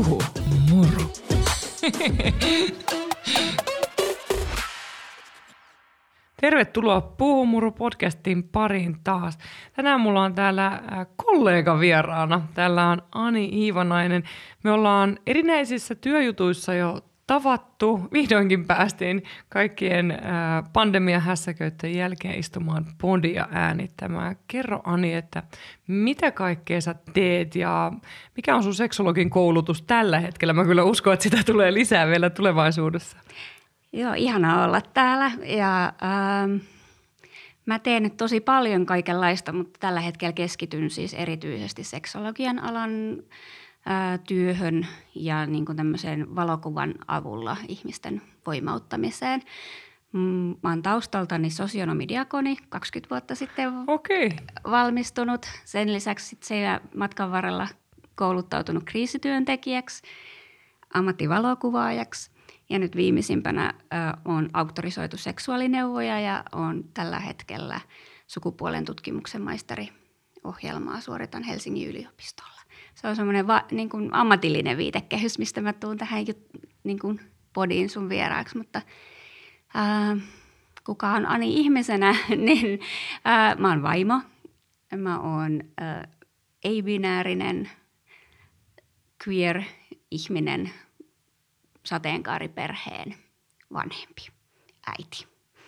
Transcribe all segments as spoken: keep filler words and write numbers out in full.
Puhu muru. Tervetuloa Puhu muru -podcastin pariin taas. Tänään mulla on täällä kollega vieraana. Täällä on Ani Iivanainen. Me ollaan erinäisissä työjutuissa jo tavattu. Vihdoinkin päästiin kaikkien pandemiahässäköiden jälkeen istumaan podia äänittämään. Kerro Ani, että mitä kaikkea sä teet ja mikä on sun seksologin koulutus tällä hetkellä? Mä kyllä uskon, että sitä tulee lisää vielä tulevaisuudessa. Joo, ihanaa olla täällä ja ähm, mä teen nyt tosi paljon kaikenlaista, mutta tällä hetkellä keskityn siis erityisesti seksologian alan äh, työhön ja niin kuin tämmöiseen valokuvan avulla ihmisten voimauttamiseen. Mä oon taustaltani sosionomidiakoni, kaksikymmentä vuotta sitten okay. valmistunut. Sen lisäksi sit se matkan varrella kouluttautunut kriisityöntekijäksi, ammattivalokuvaajaksi. Ja nyt viimeisimpänä äh, olen auktorisoitu seksuaalineuvoja ja olen tällä hetkellä sukupuolen tutkimuksen maisteriohjelmaa suoritan Helsingin yliopistolla. Se on semmoinen va- niin kuin ammatillinen viitekehys, mistä mä tuun tähän niin kuin podiin sun vieraaksi, mutta äh, kuka on Ani ihmisenä, niin äh, mä oon vaimo, mä oon äh, ei-binäärinen queer-ihminen, sateenkaariperheen vanhempi, äiti.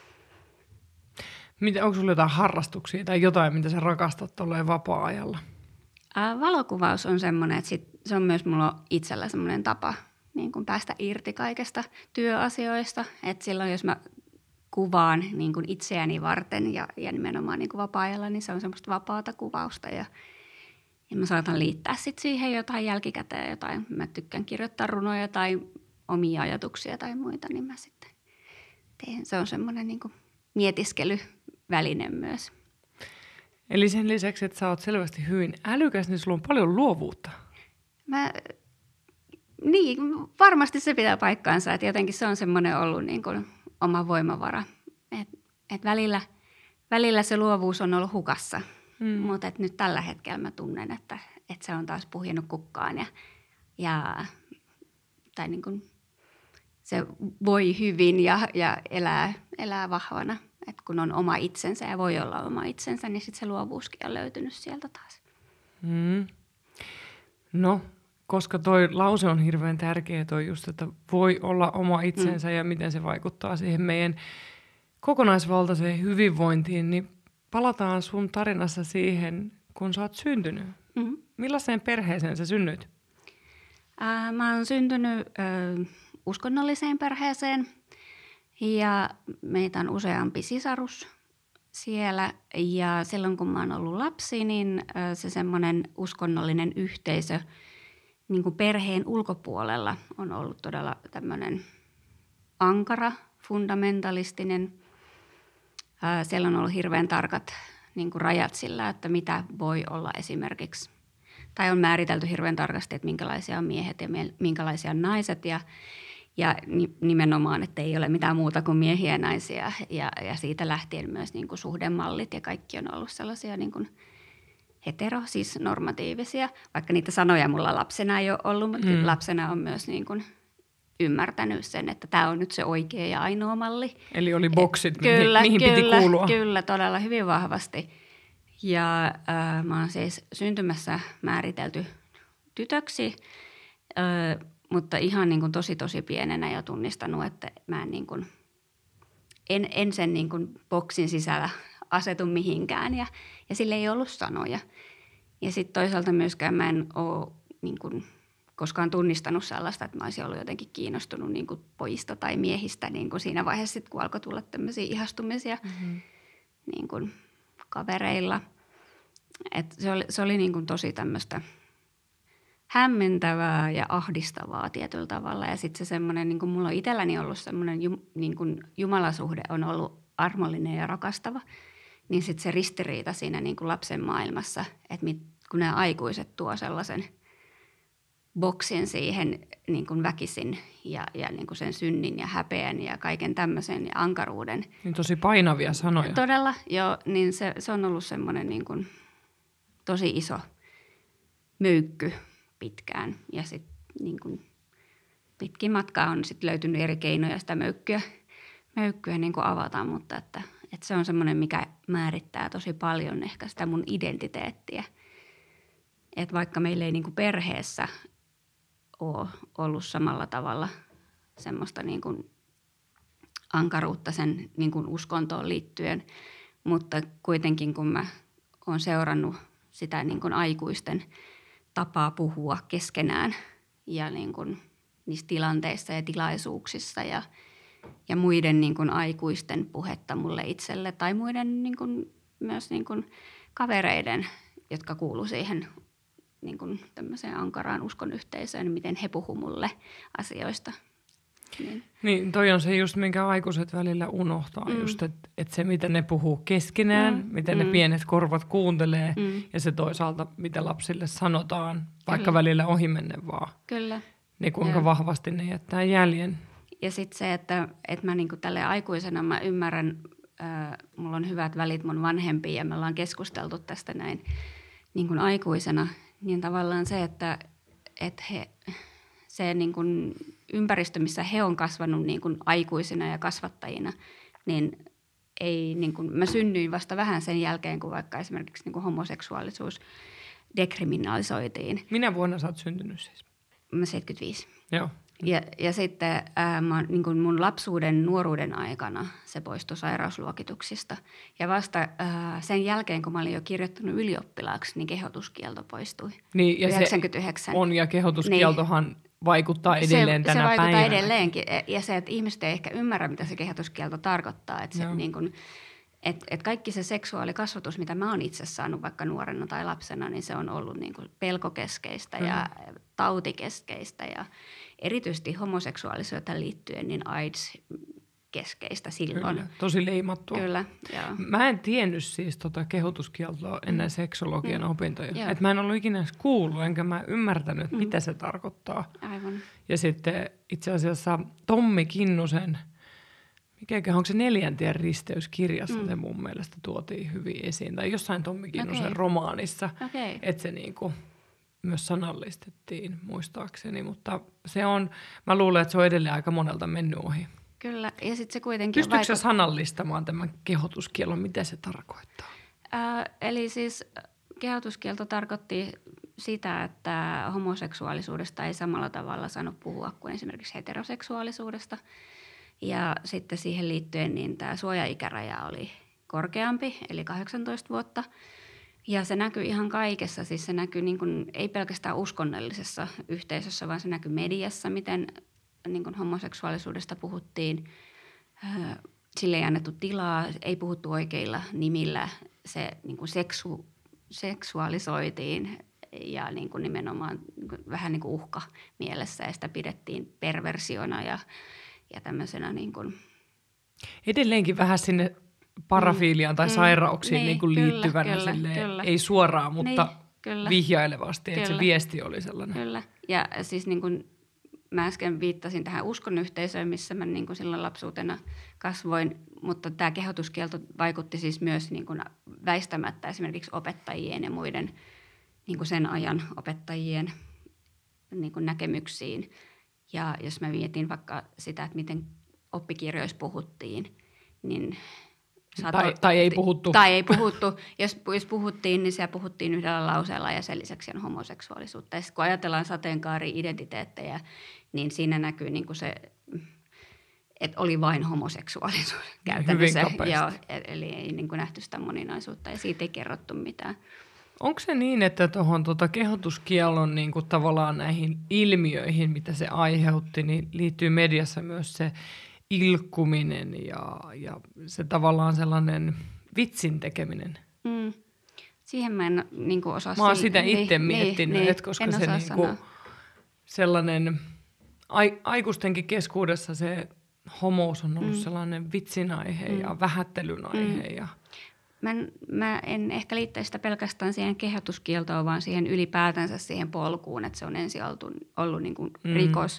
Mitä, onko sinulla jotain harrastuksia tai jotain, mitä sä rakastat tolleen vapaa-ajalla? Ää, valokuvaus on semmoinen, että sit, se on myös mulla itsellä semmoinen tapa niin kun päästä irti kaikesta työasioista. Että silloin, jos mä kuvaan niin kun itseäni varten ja, ja nimenomaan niin kun vapaa-ajalla, niin se on semmoista vapaata kuvausta ja ja mä saatan liittää sit siihen jotain jälkikäteen, jotain. Mä tykkään kirjoittaa runoja tai omia ajatuksia tai muita, niin mä sitten teen. Se on semmoinen niin kuin mietiskelyväline myös. Eli sen lisäksi, että sä oot selvästi hyvin älykäs, niin sulla on paljon luovuutta. Mä, niin, varmasti se pitää paikkaansa, että jotenkin se on semmoinen ollut niin kuin oma voimavara. Että et välillä, välillä se luovuus on ollut hukassa, mm. mutta et nyt tällä hetkellä mä tunnen, että, että se on taas puhjennut kukkaan ja, ja tai niin kuin se voi hyvin ja, ja elää, elää vahvana. Et kun on oma itsensä ja voi olla oma itsensä, niin sitten se luovuuskin on löytynyt sieltä taas. Mm. No, koska toi lause on hirveän tärkeä, toi just, että voi olla oma itsensä mm. ja miten se vaikuttaa siihen meidän kokonaisvaltaiseen hyvinvointiin, niin palataan sun tarinassa siihen, kun sä oot syntynyt. Mm-hmm. Millaiseen perheeseen sä synnyit? Ää, mä oon syntynyt ö, uskonnolliseen perheeseen ja meitä on useampi sisarus siellä. Ja silloin kun mä oon ollut lapsi, niin ö, se semmoinen uskonnollinen yhteisö niin kuin perheen ulkopuolella on ollut todella tämmöinen ankara, fundamentalistinen. Ää, siellä on ollut hirveän tarkat niin kuin rajat sillä, että mitä voi olla esimerkiksi. Tai on määritelty hirveän tarkasti, että minkälaisia on miehet ja minkälaisia on naiset ja, ja nimenomaan, että ei ole mitään muuta kuin miehiä ja naisia. Ja, ja siitä lähtien myös niin kuin suhdemallit ja kaikki on ollut sellaisia niin kuin hetero, siis normatiivisia. Vaikka niitä sanoja mulla lapsena ei ole ollut, mutta mm. lapsena on myös niin kuin ymmärtänyt sen, että tämä on nyt se oikea ja ainoa malli. Eli oli boksit, kyllä, mihin kyllä, piti kuulua. Kyllä, todella hyvin vahvasti. Ja äh, mä oon siis syntymässä määritelty tytöksi, äh, mutta ihan niin kuin tosi tosi pienenä jo tunnistanut, että mä en, niin kuin, en, en sen niin kuin boksin sisällä asetu mihinkään ja, ja sille ei ollut sanoja. Ja sitten toisaalta myöskään mä en ole niin kuin koskaan tunnistanut sellaista, että mä olisin ollut jotenkin kiinnostunut niin kuin pojista tai miehistä niin kuin siinä vaiheessa, sit, kun alkoi tulla tämmöisiä ihastumisia mm-hmm. niin kuin kavereilla. Et se oli, se oli niin kuin tosi tämmöistä hämmentävää ja ahdistavaa tietyllä tavalla. Ja sitten se semmoinen, niin kuin mulla on itselläni ollut semmoinen jum, niin kuin jumalasuhde on ollut armollinen ja rakastava, niin sitten se ristiriita siinä niin kuin lapsen maailmassa, että mit, kun nämä aikuiset tuo sellaisen boksin siihen niin kuin väkisin ja, ja niin kuin sen synnin ja häpeän ja kaiken tämmöisen ja ankaruuden. Niin tosi painavia sanoja. Todella, joo, niin se, se on ollut semmoinen niin kuin tosi iso möykky pitkään. Ja sitten niin kuin pitkin matkaa on sitten löytynyt eri keinoja sitä möykkyä, möykkyä niin kuin avata, mutta että, että se on semmoinen, mikä määrittää tosi paljon ehkä sitä mun identiteettiä. Että vaikka meillä ei niin kuin perheessä ole ollut samalla tavalla semmoista niin kuin ankaruutta sen niin kuin uskontoon liittyen, mutta kuitenkin kun mä oon seurannut sitä niin kuin aikuisten tapaa puhua keskenään ja niin kuin niissä tilanteissa ja tilaisuuksissa ja, ja muiden niin kuin aikuisten puhetta mulle itselle tai muiden niin kuin, myös niin kuin kavereiden, jotka kuuluu siihen niin kuin tämmöiseen ankaraan uskonyhteisöön, miten he puhuu mulle asioista. Niin. niin, toi on se just, minkä aikuiset välillä unohtaa, mm. just, että et se, miten ne puhuu keskenään, mm. miten mm. ne pienet korvat kuuntelee mm. ja se toisaalta, mitä lapsille sanotaan, vaikka Kyllä. välillä ohimennen vaan. Kyllä. Niin kuinka ja. vahvasti ne jättää jäljen. Ja sitten se, että, että mä niinku tälleen aikuisena mä ymmärrän, äh, mulla on hyvät välit mun vanhempiin ja me ollaan keskusteltu tästä näin niin kuin aikuisena, niin tavallaan se, että, että he, se niin kuin ympäristö, missä he on kasvanut niin kuin aikuisina ja kasvattajina, niin ei niin kuin, mä synnyin vasta vähän sen jälkeen, kun vaikka esimerkiksi niin kuin homoseksuaalisuus dekriminalisoitiin. Minä vuonna sä oot syntynyt siis? Mä seitsemänkymmentäviisi. Joo. Ja, ja sitten ää, mä, niin kuin mun lapsuuden, nuoruuden aikana se poistui sairausluokituksista. Ja vasta ää, sen jälkeen, kun mä olin jo kirjoittanut ylioppilaaksi, niin kehotuskielto poistui. Niin, ja yhdeksänkymmentäyhdeksän. Se on, ja kehotuskieltohan niin, vaikuttaa edelleen se, tänä päivänä. Se vaikuttaa päivänä. edelleenkin. Ja se, että ihmiset ei ehkä ymmärrä, mitä se kehotuskielto tarkoittaa. Että se, niin kuin, et, et kaikki se seksuaalikasvatus, mitä mä oon itse saanut vaikka nuorena tai lapsena, niin se on ollut niin kuin pelkokeskeistä mm. ja tautikeskeistä ja erityisesti homoseksuaalisuuteen liittyen niin AIDS-keskeistä silloin. Kyllä, tosi leimattua. Kyllä, joo. Mä en tiennyt siis tota kehotuskieltoa ennen mm. seksologian mm. opintoja. Et mä en ollut ikinä kuullut, enkä mä ymmärtänyt, mm. mitä se tarkoittaa. Aivan. Ja sitten itse asiassa Tommi Kinnusen, mikäkään, onko se Neljäntien risteyskirjassa, mm. se mun mielestä tuotiin hyvin esiin. Tai jossain Tommi Kinnusen okay. romaanissa, okay. että se niinku myös sanallistettiin muistaakseni, mutta se on, mä luulen, että se on edelleen aika monelta mennyt ohi. Kyllä, ja sitten se kuitenkin Pystytkö vaikut... sä sanallistamaan tämän kehotuskielon, mitä se tarkoittaa? Äh, eli siis kehotuskielto tarkoitti sitä, että homoseksuaalisuudesta ei samalla tavalla saanut puhua kuin esimerkiksi heteroseksuaalisuudesta. Ja sitten siihen liittyen niin tämä suojaikäraja oli korkeampi, eli kahdeksantoista vuotta. Ja se näkyy ihan kaikessa, siis se näkyy niin kuin, ei pelkästään uskonnollisessa yhteisössä, vaan se näkyy mediassa, miten niin kuin homoseksuaalisuudesta puhuttiin. Sille ei annettu tilaa, ei puhuttu oikeilla nimillä, se niin kuin seksu, seksuaalisoitiin ja niin kuin nimenomaan niin kuin, vähän niin kuin uhka mielessä ja sitä pidettiin perversiona ja, ja tämmöisenä niin kuin... Edelleenkin vähän sinne parafiiliaan tai mm, sairauksiin niin, niin kuin kyllä, liittyvänä, kyllä, silleen, kyllä. ei suoraan, mutta niin, kyllä. vihjailevasti, että kyllä. se viesti oli sellainen. Kyllä, ja siis niin kuin mä äsken viittasin tähän uskonyhteisöön, missä mä niin kuin silloin lapsuutena kasvoin, mutta tämä kehotuskielto vaikutti siis myös niin kuin väistämättä esimerkiksi opettajien ja muiden niin kuin sen ajan opettajien niin kuin näkemyksiin. Ja jos mä mietin vaikka sitä, että miten oppikirjoissa puhuttiin, niin... Saato, tai, tai ei puhuttu. Tai ei puhuttu. Jos, jos puhuttiin, niin siellä puhuttiin yhdellä lauseella ja sen lisäksi on homoseksuaalisuutta. Ja sitten kun ajatellaan sateenkaari-identiteettejä, niin siinä näkyy niin kuin se, että oli vain homoseksuaalisuus käytännössä. Joo, eli ei niin kuin nähty sitä moninaisuutta ja siitä ei kerrottu mitään. Onko se niin, että tuohon tuota kehotuskiellon niin kuin tavallaan näihin ilmiöihin, mitä se aiheutti, niin liittyy mediassa myös se ilkkuminen ja, ja se tavallaan sellainen vitsin tekeminen? Mm. Siihen mä en niin kuin osaa... Mä oon sitä itse niin, miettinyt, niin, että koska se niin kuin sellainen ai, aikuistenkin keskuudessa se homous on ollut mm. sellainen vitsin aihe mm. ja vähättelyn aihe. Mm. Ja... Mä, en, mä en ehkä liittäisi sitä pelkästään siihen kehotuskieltoon, vaan siihen ylipäätänsä siihen polkuun, että se on ensin ollut, ollut niin kuin mm. rikos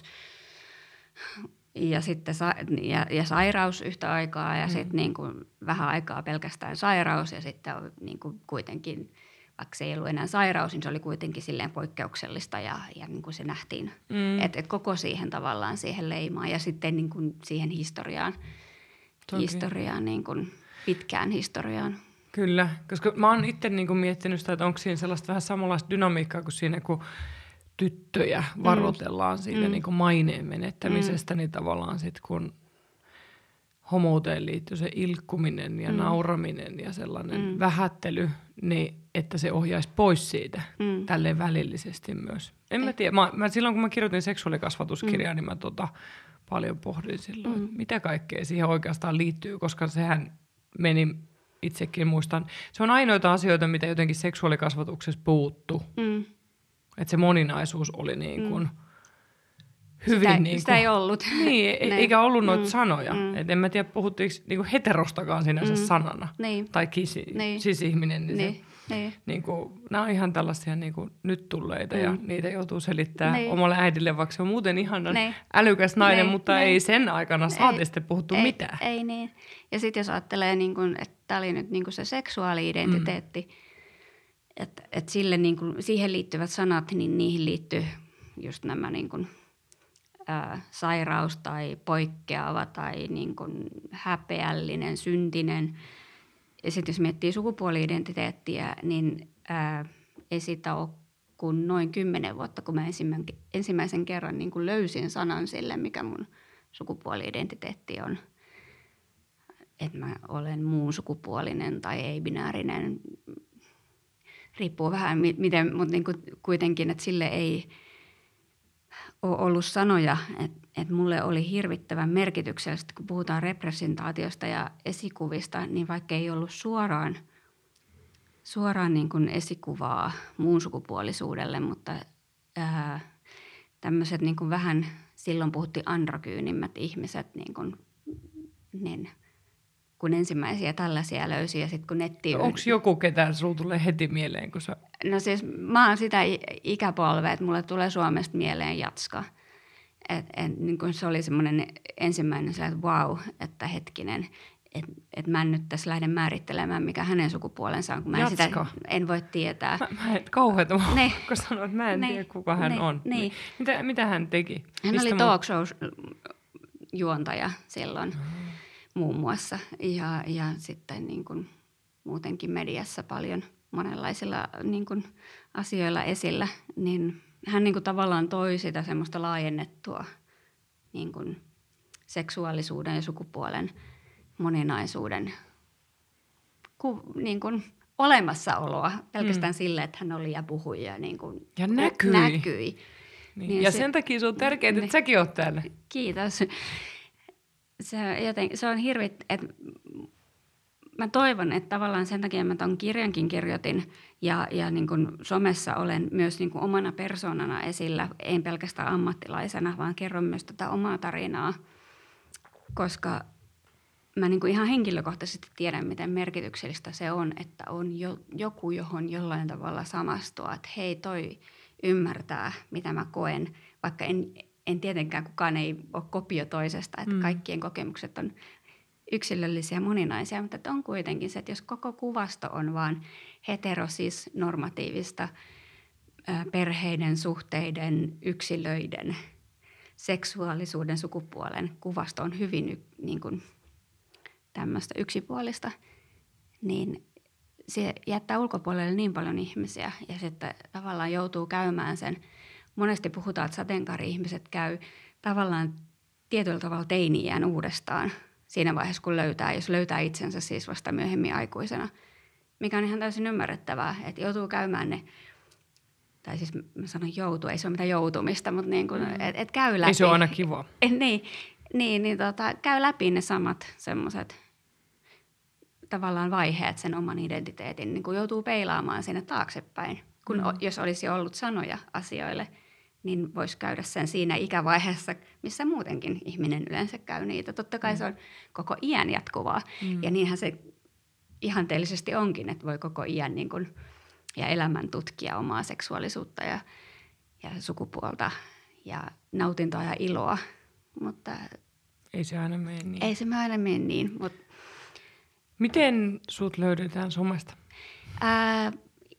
ja sitten sa- ja, ja sairaus yhtä aikaa ja mm. sitten niin kuin vähän aikaa pelkästään sairaus ja sitten on niin kuin kuitenkin vaikka se ei ollut enää sairaus, niin se oli kuitenkin silleen poikkeuksellista ja, ja niin kuin se nähtiin, mm. että et koko siihen tavallaan siihen leimaan ja sitten niin kuin siihen historiaan, Toki. historiaan niin kuin pitkään historiaan. Kyllä, koska mä oon itse niin kuin miettinyt sitä, että onko siinä sellaista vähän samanlaista dynamiikkaa kuin siinä, kun tyttöjä varoitellaan mm. siitä mm. niin kuin maineen menettämisestä, mm. niin tavallaan sitten kun homouteen liittyy se ilkkuminen ja mm. nauraminen ja sellainen mm. vähättely, niin että se ohjaisi pois siitä mm. tälleen välillisesti myös. En mä tiedä. Mä, mä, silloin kun mä kirjoitin seksuaalikasvatuskirjaa, mm. niin mä tota, paljon pohdin silloin, mm. mitä kaikkea siihen oikeastaan liittyy, koska sehän meni, itsekin muistan, se on ainoita asioita, mitä jotenkin seksuaalikasvatuksessa puuttuu. Mm. Että se moninaisuus oli niin kuin... Mm. Hyvin sitä, niin kuin, sitä ei ollut. Niin, eikä ollut noita mm. sanoja. Mm. Et en mä tiedä, puhuttiinko niin kuin heterostakaan sinänsä mm. sanana. Niin. Tai kisi, niin. sis-ihminen. Niin niin. Se, niin. Niin kuin, nämä on ihan tällaisia niin kuin nyt tulleita mm. ja niitä joutuu selittämään niin. omalle äidille, vaikka se on muuten ihanan niin. älykäs nainen, niin. mutta niin. ei sen aikana saati sitten puhuttu ei, mitään. Ei niin. Ja sitten jos ajattelee, niin kuin, että tämä oli nyt niin kuin se seksuaali-identiteetti, mm. että et sille niin kuin, siihen liittyvät sanat, niin niihin liittyy just nämä niin kuin Ää, sairaus tai poikkeava tai niin kuin häpeällinen, syntinen. Ja sitten jos miettii sukupuoli-identiteettiä, niin ää, ei siitä ole kuin noin kymmenen vuotta, kun mä ensimmäisen, ensimmäisen kerran niin kuin löysin sanan sille, mikä mun sukupuoli-identiteetti on. Että mä olen muun sukupuolinen tai ei-binäärinen. Riippuu vähän miten, mutta niin kuin kuitenkin, että sille ei ole ollut sanoja, että, että mulle oli hirvittävän merkityksellistä, kun puhutaan representaatiosta ja esikuvista, niin vaikka ei ollut suoraan, suoraan niin kuin esikuvaa muun sukupuolisuudelle, mutta ää, tämmöiset niin kuin vähän, silloin puhuttiin androgyynimmät ihmiset, niin kuin, niin, kun ensimmäisiä tällaisia löysi ja sitten kun netti... Onko joku, ketä sinulla tulee heti mieleen, kun sä... No siis mä oon sitä ikäpolvea, että mulle tulee Suomesta mieleen Jatska. Et, et, niin kun se oli semmoinen ensimmäinen se, että vau, että hetkinen, että et mä en nyt tässä lähde määrittelemään, mikä hänen sukupuolensa on, kun mä en, sitä, en voi tietää. Mä, mä en kauheeta, ne. kun sanoin, että mä en ne. tiedä, kuka hän ne. on. Ne. Mitä, mitä hän teki? Hän Mistä oli mun... talk show-juontaja silloin. Mm. Muun muassa ja, ja sitten niin kuin muutenkin mediassa paljon monenlaisilla niin kuin asioilla esillä, niin hän niin kuin tavallaan toi sitä semmoista laajennettua niin kuin seksuaalisuuden ja sukupuolen moninaisuuden ku, niin kuin olemassaoloa pelkästään mm. sille, että hän oli ja puhui ja, niin kuin ja näkyi. näkyi. Niin. Niin ja se, sen takia se on tärkeää, että niin, säkin oot täällä. Kiitos. Se, joten, se on hirvit, että mä toivon, että tavallaan sen takia mä ton kirjankin kirjoitin ja, ja niin kuin somessa olen myös niin kuin omana persoonana esillä, en pelkästään ammattilaisena, vaan kerron myös tätä omaa tarinaa, koska mä niin kuin ihan henkilökohtaisesti tiedän, miten merkityksellistä se on, että on jo, joku, johon jollain tavalla samastua, että hei, toi ymmärtää, mitä mä koen, vaikka en... En tietenkään kukaan ei ole kopio toisesta, että mm. kaikkien kokemukset on yksilöllisiä ja moninaisia, mutta että on kuitenkin se, että jos koko kuvasto on vaan heterosis normatiivista perheiden, suhteiden, yksilöiden, seksuaalisuuden, sukupuolen kuvasto on hyvin niin kuin tämmöistä yksipuolista, niin se jättää ulkopuolelle niin paljon ihmisiä ja sitten tavallaan joutuu käymään sen. Monesti puhutaan, että sateenkaari-ihmiset käy tavallaan tietyllä tavalla teini-iän uudestaan siinä vaiheessa, kun löytää, jos löytää itsensä siis vasta myöhemmin aikuisena, mikä on ihan täysin ymmärrettävää, että joutuu käymään ne, tai siis mä sanon joutuu, ei se ole mitään joutumista, mutta niin kuin, mm. et, et käy läpi. Ei se ole aina kiva. Et, niin, niin, niin tota, käy läpi ne samat semmoiset tavallaan vaiheet sen oman identiteetin, niin kuin joutuu peilaamaan sinne taaksepäin, kun mm. jos olisi ollut sanoja asioille, niin voisi käydä sen siinä ikävaiheessa, missä muutenkin ihminen yleensä käy niitä. Totta kai mm. se on koko iän jatkuvaa. Mm. Ja niinhän se ihanteellisesti onkin, että voi koko iän niin kuin, ja elämän tutkia omaa seksuaalisuutta ja, ja sukupuolta ja nautintoa ja iloa. Mutta ei se aina mene niin. Ei se aina mene niin. Mutta miten sut löydetään somesta? Ää,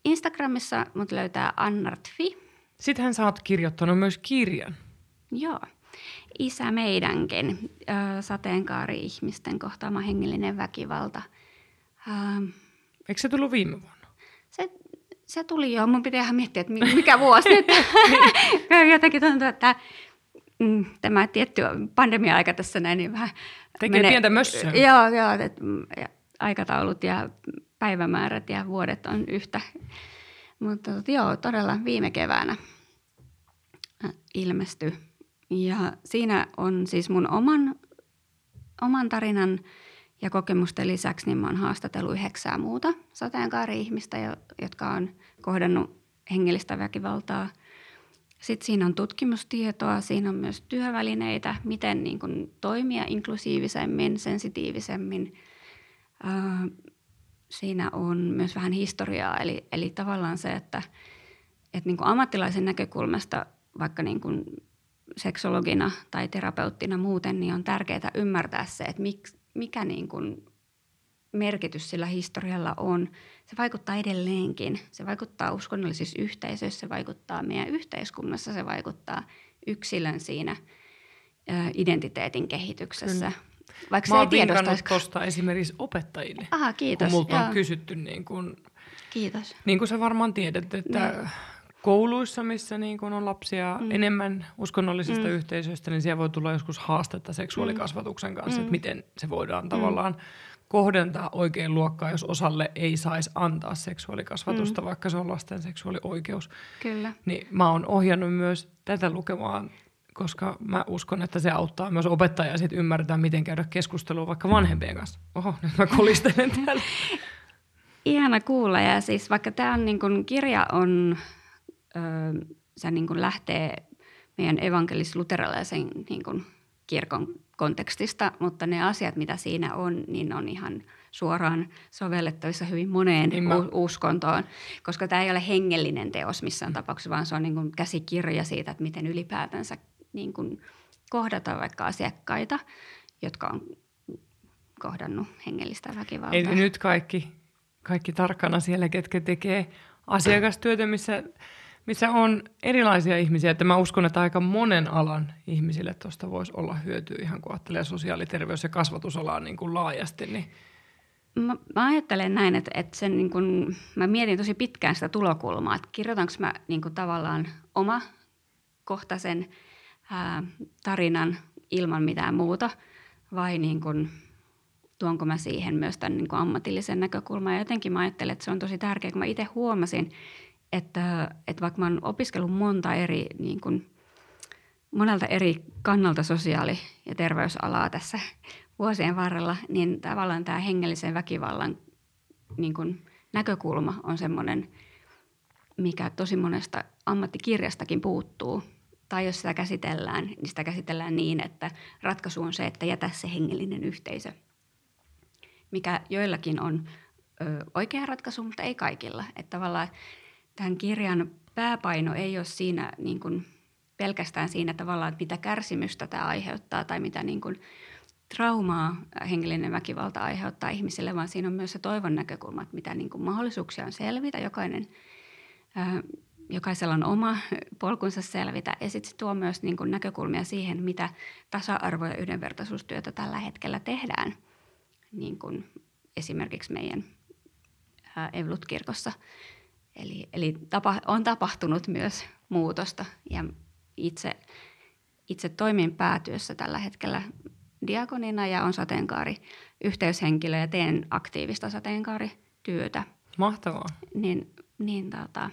Instagramissa mut löytää Annartfi. Sittenhän sä oot kirjoittanut myös kirjan. Joo. Isä meidänkin. Ö, sateenkaari-ihmisten kohtaama hengellinen väkivalta. Ö, Eikö se tullut viime vuonna? se, se tuli jo. Mun pitää ihan miettiä, että mikä vuosi nyt. Jotenkin tuntuu, että mm, tämä tietty pandemia-aika tässä näin niin vähän tekee menee, pientä mössöä. Joo, joo että aikataulut ja päivämäärät ja vuodet on yhtä. Mutta joo, todella viime keväänä ilmestyi. Ja siinä on siis mun oman, oman tarinan ja kokemusten lisäksi niin mä oon haastatellut yhdeksää muuta sateenkaari-ihmistä, jotka on kohdannut hengellistä väkivaltaa. Sitten siinä on tutkimustietoa, siinä on myös työvälineitä, miten niin kuin toimia inklusiivisemmin, sensitiivisemmin. Siinä on myös vähän historiaa, eli, eli tavallaan se, että, että niin kuin ammattilaisen näkökulmasta, vaikka niin kuin seksologina tai terapeuttina muuten, niin on tärkeää ymmärtää se, että mik, mikä niin kuin merkitys sillä historialla on. Se vaikuttaa edelleenkin. Se vaikuttaa uskonnollisissa yhteisöissä, se vaikuttaa meidän yhteiskunnassa, se vaikuttaa yksilön siinä ä, identiteetin kehityksessä. Kyllä. Vaikka mä oon vinkannut tuosta esimerkiksi opettajille. Aha, kiitos. Kun multa Joo. on kysytty, niin kuin, kiitos. niin kuin sä varmaan tiedät, että ne. Kouluissa, missä niin kuin on lapsia mm. enemmän uskonnollisista mm. yhteisöistä, niin siellä voi tulla joskus haastetta seksuaalikasvatuksen kanssa, mm. että miten se voidaan mm. tavallaan kohdentaa oikein luokkaan, jos osalle ei saisi antaa seksuaalikasvatusta, mm. vaikka se on lasten seksuaalioikeus. Kyllä. Niin mä oon ohjannut myös tätä lukemaan, koska mä uskon, että se auttaa myös opettajaa sit ymmärtää, miten käydä keskustelua vaikka vanhempien kanssa. Oho, nyt mä kolistelen täällä. Ihana kuulla, ja siis vaikka tämä on niin kuin, kirja on, öö, se niin kuin lähtee meidän evankelis-luterilaisen niin kuin kirkon kontekstista, mutta ne asiat, mitä siinä on, niin on ihan suoraan sovellettavissa hyvin moneen niin mä... uskontoon, koska tämä ei ole hengellinen teos missään tapauksessa, vaan se on niin kuin käsikirja siitä, että miten ylipäätänsä niin kuin kohdata vaikka asiakkaita, jotka on kohdannut hengellistä väkivaltaa. Eli nyt kaikki, kaikki tarkkana siellä, ketkä tekee asiakastyötä, missä, missä on erilaisia ihmisiä. Että mä uskon, että aika monen alan ihmisille tuosta voisi olla hyötyä, ihan kun ajattelee sosiaaliterveys- ja kasvatusalaa niin kuin laajasti. Niin. Mä, mä ajattelen näin, että, että sen niin kuin, mä mietin tosi pitkään sitä tulokulmaa, että kirjoitanko mä niin kuin tavallaan omakohtaisen ää, tarinan ilman mitään muuta vai niin kuin, tuonko mä siihen myös tämän niin kuin ammatillisen näkökulman. Ja jotenkin mä ajattelen, että se on tosi tärkeää, kun mä itse huomasin, että, että vaikka mä oon opiskellut monta eri, niin kuin, monelta eri kannalta sosiaali- ja terveysalaa tässä vuosien varrella, niin tavallaan tämä hengellisen väkivallan niin kuin, näkökulma on semmoinen, mikä tosi monesta ammattikirjastakin puuttuu. Tai jos sitä käsitellään, niin sitä käsitellään niin, että ratkaisu on se, että jätä se hengellinen yhteisö, mikä joillakin on ö, oikea ratkaisu, mutta ei kaikilla. Että tavallaan tämän kirjan pääpaino ei ole siinä niin kuin pelkästään siinä tavallaan, että mitä kärsimystä tämä aiheuttaa tai mitä niin kuin traumaa hengellinen väkivalta aiheuttaa ihmisille, vaan siinä on myös se toivon näkökulma, että mitä niin kuin mahdollisuuksia on selvitä. Jokainen, ää, jokaisella on oma polkunsa selvitä, ja sitten se tuo myös niin kuin näkökulmia siihen, mitä tasa-arvo- ja yhdenvertaisuustyötä tällä hetkellä tehdään, niin kuin esimerkiksi meidän ää, Evolut-kirkossa. Eli, eli tapa, on tapahtunut myös muutosta, ja itse, itse toimin päätyössä tällä hetkellä diakonina ja on sateenkaariyhteyshenkilö ja teen aktiivista sateenkaarityötä. Mahtavaa. Niin, niin tota,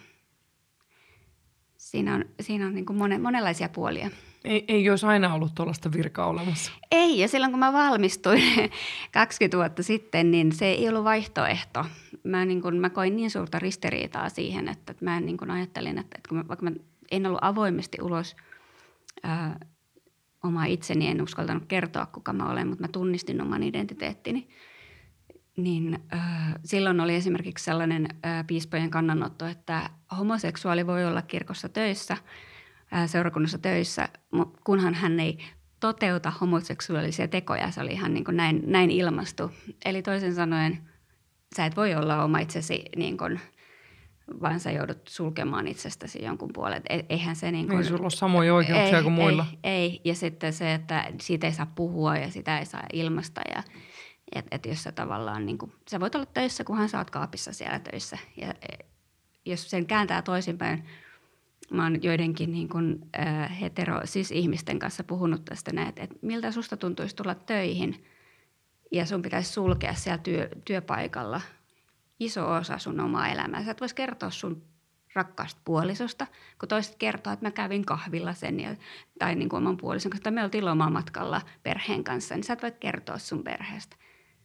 siinä on, siinä on niin kuin monen, monenlaisia puolia. Ei, ei olisi aina ollut tuollaista virkaa olemassa. Ei, ja silloin kun mä valmistuin kaksikymmentä vuotta sitten, niin se ei ollut vaihtoehto. Mä, niin kuin, mä koin niin suurta ristiriitaa siihen, että, että mä niin kuin ajattelin, että, että kun mä, vaikka mä en ollut avoimesti ulos ää, oma itseni, en uskaltanut kertoa, kuka mä olen, mutta mä tunnistin oman identiteettini. Niin äh, silloin oli esimerkiksi sellainen äh, piispojen kannanotto, että homoseksuaali voi olla kirkossa töissä, äh, seurakunnassa töissä, kunhan hän ei toteuta homoseksuaalisia tekoja. Se oli ihan niin kuin näin, näin ilmastu. Eli toisin sanoen, sä et voi olla oma itsesi niin kuin, vaan sä joudut sulkemaan itsestäsi jonkun puolen. E- eihän se niin kuin... Niin, sulla on samoja oikeuksia ei, kuin muilla. Ei, ei, ja sitten se, että siitä ei saa puhua ja sitä ei saa ilmaista. Ja, et, et jos sä tavallaan, niin kuin, sä voit olla töissä, kunhan sä oot kaapissa siellä töissä. Ja jos sen kääntää toisinpäin, mä oon joidenkin niin kuin, äh, hetero-sis-ihmisten kanssa puhunut tästä näin, että, että miltä susta tuntuisi tulla töihin ja sun pitäisi sulkea siellä työ, työpaikalla iso osa sun omaa elämää. Sä et vois kertoa sun rakkaasta puolisosta, kun toiset kertoo, että mä kävin kahvilla sen ja, tai niin kuin oman puolison kanssa, tai me oltiin lomamatkalla perheen kanssa, niin sä et voi kertoa sun perheestä.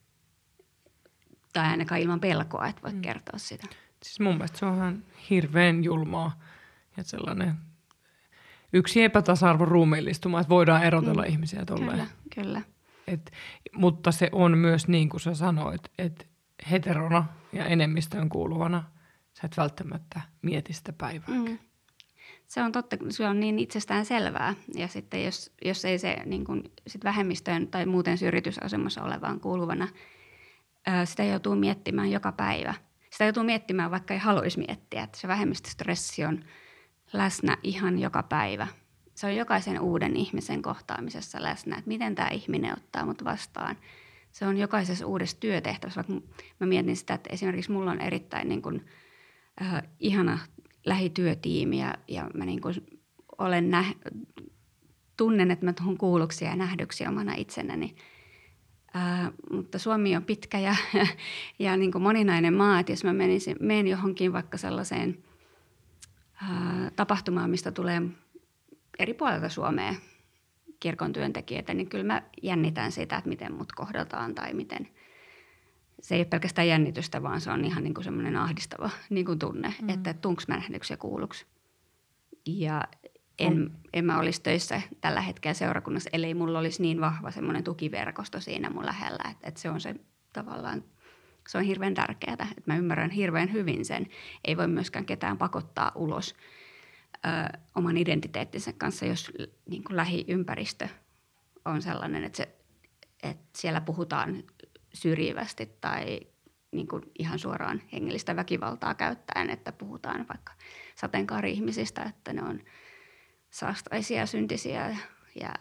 Tai ainakaan ilman pelkoa, et voi mm. kertoa sitä. Siis mun mielestä se on ihan hirveän julmaa ja sellainen yksi epätasa-arvon ruumiillistuma, että voidaan erotella mm. ihmisiä tolleen. Kyllä, kyllä. Et, mutta se on myös niin kuin sä sanoit, että heterona ja enemmistöön kuuluvana sä et välttämättä mieti sitä päivääkään. Mm. Se on totta, se on niin itsestään selvää. Ja sitten jos, jos ei se niin kuin, sit vähemmistöön tai muuten syrjitysasemassa olevaan kuuluvana, ää, sitä joutuu miettimään joka päivä. Sitä joutuu miettimään, vaikka ei haluaisi miettiä, että se vähemmistöstressi on läsnä ihan joka päivä. Se on jokaisen uuden ihmisen kohtaamisessa läsnä, että miten tämä ihminen ottaa mut vastaan. Se on jokaisessa uudessa työtehtävässä. Vaikka mä mietin sitä, että esimerkiksi mulla on erittäin niin kuin, äh, ihana lähityötiimi ja, ja mä niin kuin olen nä- tunnen, että mä tuun kuulluksi ja nähdyksi omana itsenäni. Äh, mutta Suomi on pitkä ja, ja niin kuin moninainen maa, että jos mä menisin, menen johonkin vaikka sellaiseen äh, tapahtumaan, mistä tulee eri puolilta Suomea kirkon työntekijöitä, niin kyllä mä jännitän sitä, että miten mut kohdataan tai miten. Se ei ole pelkästään jännitystä, vaan se on ihan niin kuin semmoinen ahdistava niin kuin tunne, mm. että tuunko mä nähdyksi ja kuulluksi. Ja en, mm. en mä olisi töissä tällä hetkellä seurakunnassa, ellei mulla olisi niin vahva semmoinen tukiverkosto siinä mun lähellä, että, että se on se tavallaan, se on hirveän tärkeää, että mä ymmärrän hirveän hyvin sen. Ei voi myöskään ketään pakottaa ulos Ö, oman identiteettinsä kanssa, jos niin kuin lähiympäristö on sellainen, että, se, että siellä puhutaan syrjivästi tai niin kuin ihan suoraan hengellistä väkivaltaa käyttäen, että puhutaan vaikka sateenkaari-ihmisistä, että ne on saastaisia, syntisiä ja, ja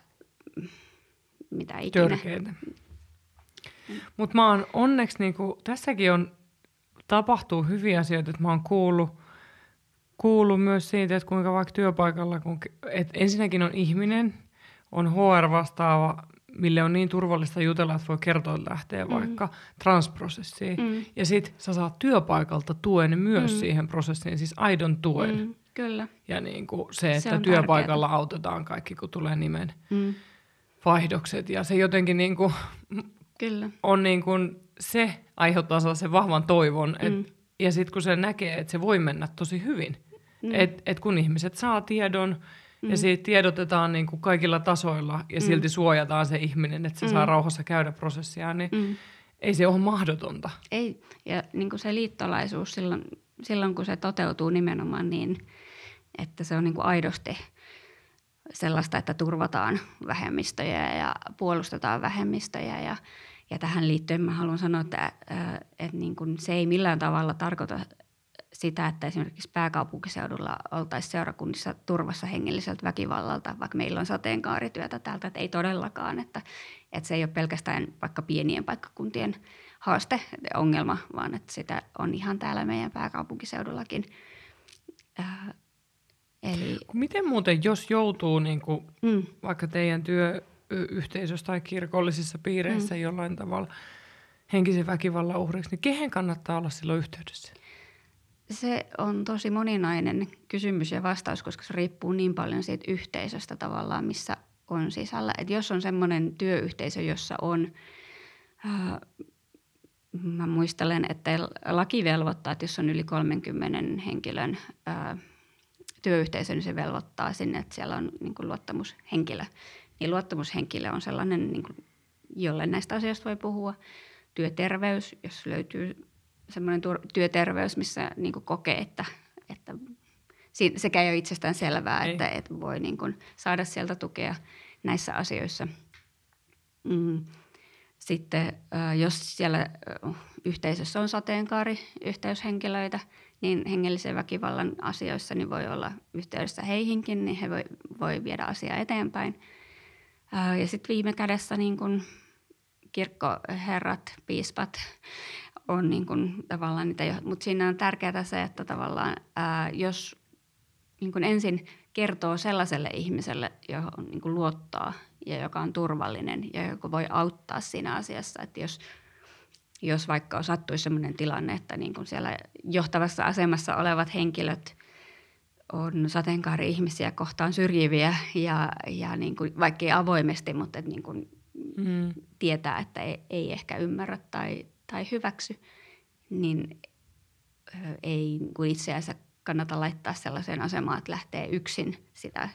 mitä ikinä. Törkeitä. Mm. Mutta mä oon onneksi, niinku, tässäkin on, tapahtuu hyviä asioita, että mä oon kuullut Kuuluu myös siitä, että kuinka vaikka työpaikalla, kun, että ensinnäkin on ihminen, on H R-vastaava, mille on niin turvallista jutella, että voi kertoa, että lähtee mm. vaikka transprosessiin. Mm. Ja sit sä saat työpaikalta tuen myös mm. siihen prosessiin, siis aidon tuen. Mm. Kyllä. Ja niin kuin se, että se työpaikalla tärkeää. Autetaan kaikki, kun tulee nimen mm. vaihdokset. Ja se jotenkin niin kuin Kyllä. on niin kuin, se aiheuttaa sellaisen vahvan toivon. Et, mm. Ja sitten kun se näkee, että se voi mennä tosi hyvin. Mm. Että et kun ihmiset saa tiedon mm. ja siitä tiedotetaan niin kuin kaikilla tasoilla ja mm. silti suojataan se ihminen, että se mm. saa rauhassa käydä prosessia, niin mm. ei se ole mahdotonta. Ei, ja niin kuin se liittolaisuus silloin, silloin, kun se toteutuu nimenomaan niin, että se on niin kuin aidosti sellaista, että turvataan vähemmistöjä ja puolustetaan vähemmistöjä. Ja, ja tähän liittyen mä haluan sanoa, että, että niin kuin se ei millään tavalla tarkoita sitä, että esimerkiksi pääkaupunkiseudulla oltaisiin seurakunnissa turvassa hengelliseltä väkivallalta, vaikka meillä on sateenkaarityötä täältä, että ei todellakaan, että, että se ei ole pelkästään vaikka pienien paikkakuntien haaste, ongelma, vaan että sitä on ihan täällä meidän pääkaupunkiseudullakin. Äh, eli... Miten muuten, jos joutuu niin kuin, mm. vaikka teidän työyhteisössä tai kirkollisissa piireissä mm. jollain tavalla henkisen väkivallan uhriksi, niin kehen kannattaa olla silloin yhteydessä? Se on tosi moninainen kysymys ja vastaus, koska se riippuu niin paljon siitä yhteisöstä tavallaan, missä on sisällä. Et jos on semmoinen työyhteisö, jossa on, äh, mä muistelen, että laki velvoittaa, että jos on yli kolmenkymmenen henkilön äh, työyhteisö, niin se velvoittaa sinne, että siellä on niin kuin luottamushenkilö. Niin luottamushenkilö on sellainen, niin kuin, jolle näistä asioista voi puhua. Työterveys, jos löytyy semmoinen työterveys, missä niin kuin kokee, että, että sekä ei ole itsestään selvää, ei. että, että voi niin kuin saada sieltä tukea näissä asioissa. Sitten jos siellä yhteisössä on sateenkaariyhteyshenkilöitä, niin hengellisen väkivallan asioissa niin voi olla yhteydessä heihinkin, niin he voi, voi viedä asiaa eteenpäin. Ää, ja sitten viime kädessä niin kun kirkkoherrat, piispat on niin kun tavallaan niitä, mutta siinä on tärkeää se, että tavallaan ää, jos niin kun ensin kertoo sellaiselle ihmiselle, johon niin kun luottaa ja joka on turvallinen ja joka voi auttaa siinä asiassa, että jos Jos vaikka sattuisi sellainen tilanne, että niin kuin siellä johtavassa asemassa olevat henkilöt on sateenkaari-ihmisiä kohtaan syrjiviä ja, ja niin kuin, vaikka ei avoimesti, mutta että niin kuin mm. tietää, että ei, ei ehkä ymmärrä tai, tai hyväksy, niin ei niin itseänsä kannata laittaa sellaiseen asemaan, että lähtee yksin sitä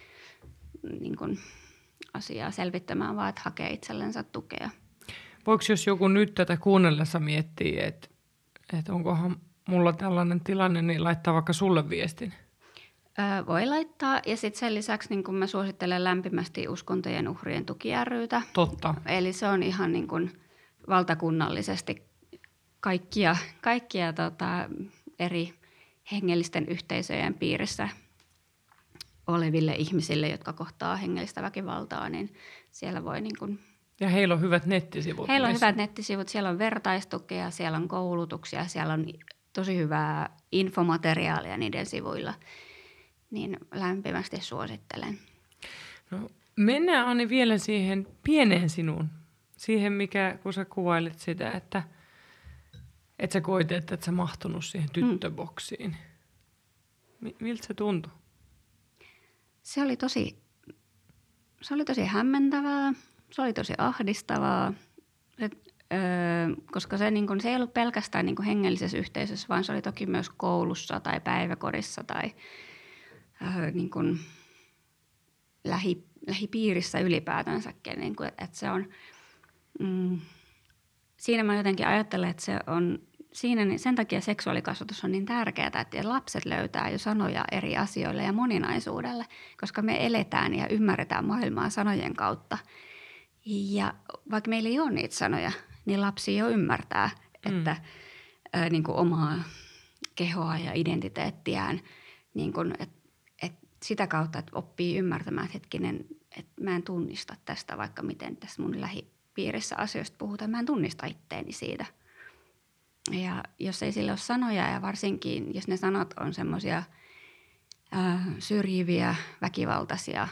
niin kuin asiaa selvittämään, vaan että hakee itsellensä tukea. Voiko jos joku nyt tätä kuunnellessa miettii, että, että onkohan mulla tällainen tilanne, niin laittaa vaikka sulle viestin? Öö, voi laittaa. Ja sitten sen lisäksi niin kun mä suosittelen lämpimästi Uskontojen uhrien tuki ry:tä. Totta. Eli se on ihan niin kun valtakunnallisesti kaikkia, kaikkia tota, eri hengellisten yhteisöjen piirissä oleville ihmisille, jotka kohtaa hengellistä väkivaltaa, niin siellä voi niin kun ja heillä on hyvät nettisivut. Heillä on missä... hyvät nettisivut, siellä on vertaistukea, siellä on koulutuksia, siellä on tosi hyvää infomateriaalia niiden sivuilla, niin lämpimästi suosittelen. No, mennään Ani vielä siihen pieneen sinuun, siihen mikä, kun sä kuvailit sitä, että, että sä koit, että et sä mahtunut siihen tyttöboksiin. Mm. Miltä se tuntui? Se oli tosi, se oli tosi hämmentävää. Se oli tosi ahdistavaa, et, öö, koska se, niin kun, se ei ollut pelkästään niin kun hengellisessä yhteisössä, vaan se oli toki myös koulussa tai päiväkodissa tai öö, niin kun lähi, lähipiirissä ylipäätänsäkin. Niin kun, et se on, mm, siinä mä jotenkin ajattelen, että se on, siinä, niin sen takia seksuaalikasvatus on niin tärkeää, että lapset löytää jo sanoja eri asioille ja moninaisuudelle, koska me eletään ja ymmärretään maailmaa sanojen kautta. Ja vaikka meillä ei ole niitä sanoja, niin lapsi jo ymmärtää, että mm. ä, niin kuin omaa kehoa ja identiteettiään, niin kuin, et, et sitä kautta, että oppii ymmärtämään, että hetkinen, että mä en tunnista tästä, vaikka miten tässä mun lähipiirissä asioista puhutaan, mä en tunnista itteeni siitä. Ja jos ei sillä ole sanoja ja varsinkin, jos ne sanat on semmoisia syrjiviä, väkivaltaisia,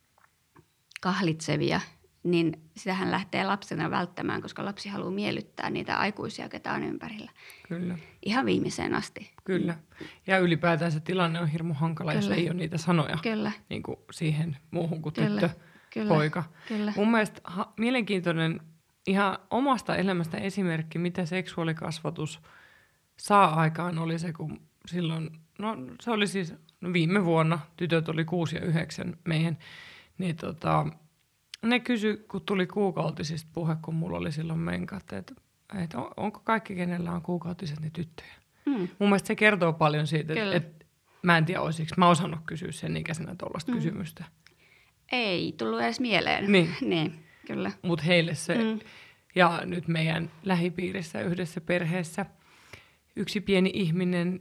kahlitsevia, niin sitähän lähtee lapsena välttämään, koska lapsi haluaa miellyttää niitä aikuisia, ketä on ympärillä. Kyllä. Ihan viimeiseen asti. Kyllä. Ja ylipäätään se tilanne on hirmu hankala, Kyllä. jos ei ole niitä sanoja Kyllä. Niin kuin siihen muuhun kuin Kyllä. tyttö, Kyllä. poika. Kyllä. Mun mielestä ha- mielenkiintoinen ihan omasta elämästä esimerkki, mitä seksuaalikasvatus saa aikaan, oli se, kun silloin, no se oli siis no viime vuonna, tytöt oli kuusi ja yhdeksän meidän, niin tota, ne kysyi, kun tuli kuukautisista puhe, kun mulla oli silloin menkat, että, että onko kaikki, kenellä on kuukautiset, niin tyttöjä. Mm. Mun mielestä se kertoo paljon siitä, että, että mä en tiedä, olisiko mä osannut kysyä sen ikäisenä tuollaista mm. kysymystä. Ei tullut edes mieleen. Niin. niin kyllä. Mutta heille se, mm. ja nyt meidän lähipiirissä yhdessä perheessä yksi pieni ihminen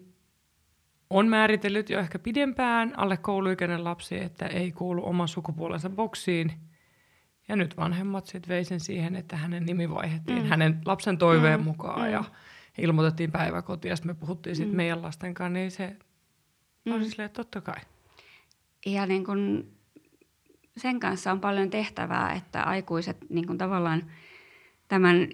on määritellyt jo ehkä pidempään alle kouluikäinen lapsi, että ei kuulu oman sukupuolensa boksiin. Ja nyt vanhemmat sitten vei sen siihen, että hänen nimi vaihdettiin mm. hänen lapsen toiveen mm. mukaan mm. ja ilmoitettiin päiväkotiin. Ja sitten me puhuttiin sitten mm. meidän lasten kanssa, niin se mm. on silleen, että totta kai. Ja niin kun sen kanssa on paljon tehtävää, että aikuiset niin kun tavallaan tämän,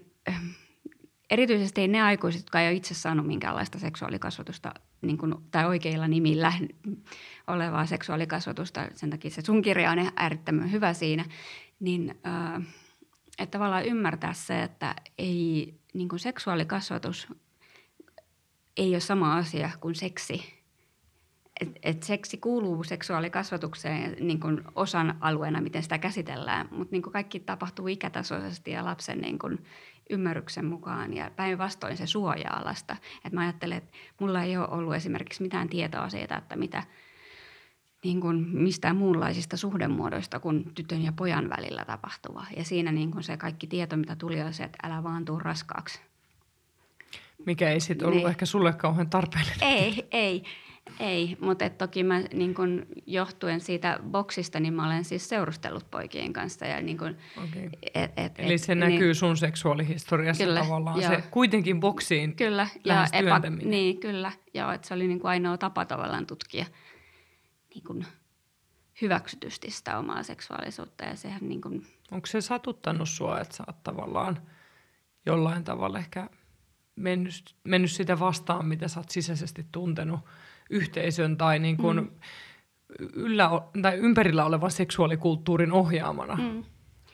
erityisesti ne aikuiset, jotka ei ole itse saanut minkäänlaista seksuaalikasvatusta niin kun, tai oikeilla nimillä olevaa seksuaalikasvatusta, sen takia se sun kirja on äärettömän hyvä siinä, niin äh, että tavallaan ymmärtää se, että ei, niin kuin seksuaalikasvatus ei ole sama asia kuin seksi. Että et seksi kuuluu seksuaalikasvatukseen niin kuin osan alueena, miten sitä käsitellään, mutta niin kuin kaikki tapahtuu ikätasoisesti ja lapsen niin kuin ymmärryksen mukaan ja päinvastoin se suojaa lasta. Et mä ajattelen, että mulla ei ole ollut esimerkiksi mitään tietoa siitä, että mitä niin kuin mistään muunlaisista suhdemuodoista kuin tytön ja pojan välillä tapahtuva. Ja siinä niin kuin se kaikki tieto, mitä tuli, on se, että älä vaan tuu raskaaksi. Mikä ei sitten ollut niin. ehkä sulle kauhean tarpeellinen. Ei, ei. Ei, mutta toki mä niin kun, johtuen siitä boksista, niin mä olen siis seurustellut poikien kanssa. Ja, niin kun, okay. et, et, Eli se et, näkyy niin, sun seksuaalihistoriassa kyllä, tavallaan, joo. se kuitenkin boksiin kyllä, lähes ja työntäminen. Epa, niin, kyllä. Joo, että se oli niin kun ainoa tapa tavallaan tutkia niin kun, hyväksytysti sitä omaa seksuaalisuutta. Ja sehän, niin kun, onko se satuttanut sua, että sä oot tavallaan jollain tavalla ehkä mennyt, mennyt sitä vastaan, mitä sä oot sisäisesti tuntenut yhteisön tai, niin kuin mm. yllä, tai ympärillä olevan seksuaalikulttuurin ohjaamana? Mm.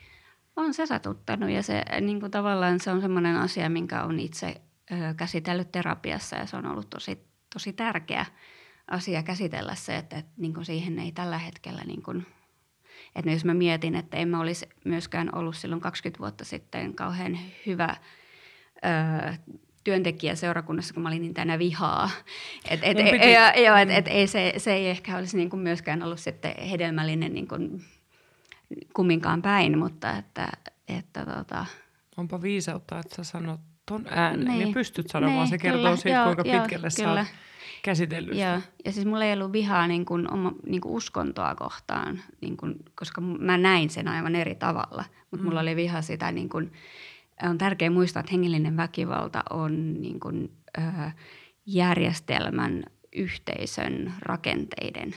On se satuttanut ja se, niin kuin tavallaan se on semmoinen asia, minkä olen itse ö, käsitellyt terapiassa ja se on ollut tosi, tosi tärkeä asia käsitellä se, että, että niin kuin siihen ei tällä hetkellä, niin kuin, että jos mä mietin, että emme olisi myöskään ollut silloin kaksikymmentä vuotta sitten kauhean hyvä ö, työntekijä seurakunnassa, kun mä olin niin tänä vihaa. Et, et, et, ja, joo, et, et, ei, se, se ei ehkä olisi niin kuin myöskään ollut sitten hedelmällinen niin kuin kumminkaan päin, mutta että, että tota... onpa viisautta, että sä sanot ton ääneen niin, ja pystyt sanomaan. Niin, se kertoo kyllä, siitä, joo, kuinka joo, pitkälle kyllä. sä oot käsitellyt. Joo, ja siis mulla ei ollut vihaa niin kuin oma, niin kuin uskontoa kohtaan, niin kuin, koska mä näin sen aivan eri tavalla, mutta mm. mulla oli viha sitä niin kuin, on tärkeää muistaa, että hengellinen väkivalta on niin kuin, ö, järjestelmän, yhteisön, rakenteiden.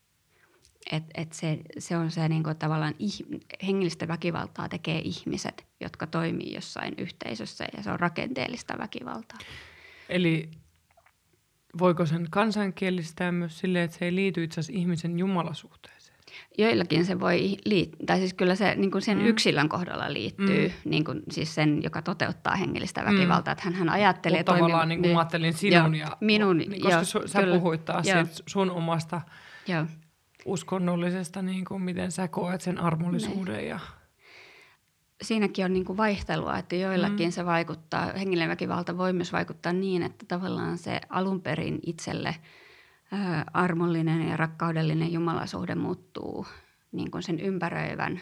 Et, et se, se on se niin kuin, tavallaan ih, hengellistä väkivaltaa tekee ihmiset, jotka toimii jossain yhteisössä ja se on rakenteellista väkivaltaa. Eli voiko sen kansankielistää myös silleen, että se ei liity itse asiassa ihmisen jumalasuhteeseen? Joillakin se voi liittyä, tai siis kyllä se niin kuin sen mm. yksilön kohdalla liittyy, mm. niin kuin siis sen, joka toteuttaa hengellistä väkivaltaa, mm. että hän, hän ajattelee... Mutta tavallaan niin kuin mä ajattelin sinun jo, ja... minun, niin, koska jo, su, sä kyllä, puhuit taas siitä sun omasta jo. uskonnollisesta, niin kuin miten sä koet sen armollisuuden ne. ja... Siinäkin on niin kuin vaihtelua, että joillakin mm. se vaikuttaa, hengellinen väkivalta voi myös vaikuttaa niin, että tavallaan se alun perin itselle ä, armollinen ja rakkaudellinen jumalasuhde muuttuu niin kuin sen ympäröivän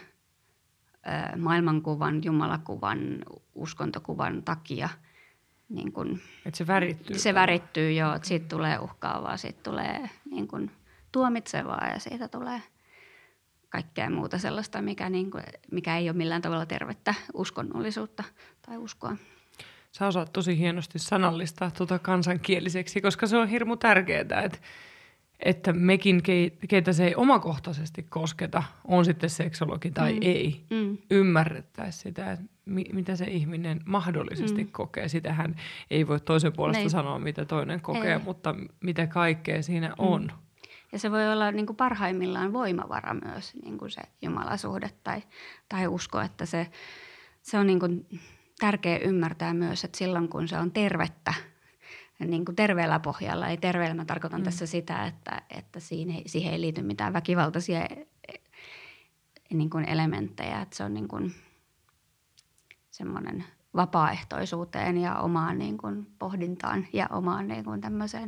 ä, maailmankuvan, jumalakuvan, uskontokuvan takia. Niin kuin, että se värittyy. Se värittyy, joo, että siitä tulee uhkaavaa, siitä tulee niin kuin tuomitsevaa ja siitä tulee... kaikkea muuta sellaista, mikä, niin kuin, mikä ei ole millään tavalla tervettä uskonnollisuutta tai uskoa. Sä osaat tosi hienosti sanallistaa tuota kansankieliseksi, koska se on hirmu tärkeää, että, että mekin, keitä se ei omakohtaisesti kosketa, on sitten seksologi tai mm. ei, mm. ymmärrettäisiin sitä, että mi, mitä se ihminen mahdollisesti mm. kokee. Sitähän ei voi toisen puolesta Nein. sanoa, mitä toinen kokee, ei. mutta mitä kaikkea siinä mm. on. Ja se voi olla niin kuin parhaimmillaan voimavara myös, niin kuin se jumalasuhde tai, tai usko, että se, se on niin kuin tärkeää ymmärtää myös, että silloin kun se on tervettä, niin kuin terveellä pohjalla, ei terveellä mä tarkoitan mm. tässä sitä, että, että siihen, ei, siihen ei liity mitään väkivaltaisia niin kuin elementtejä, että se on niin kuin semmoinen vapaaehtoisuuteen ja omaan niin kuin pohdintaan ja omaan niin kuin tämmöiseen...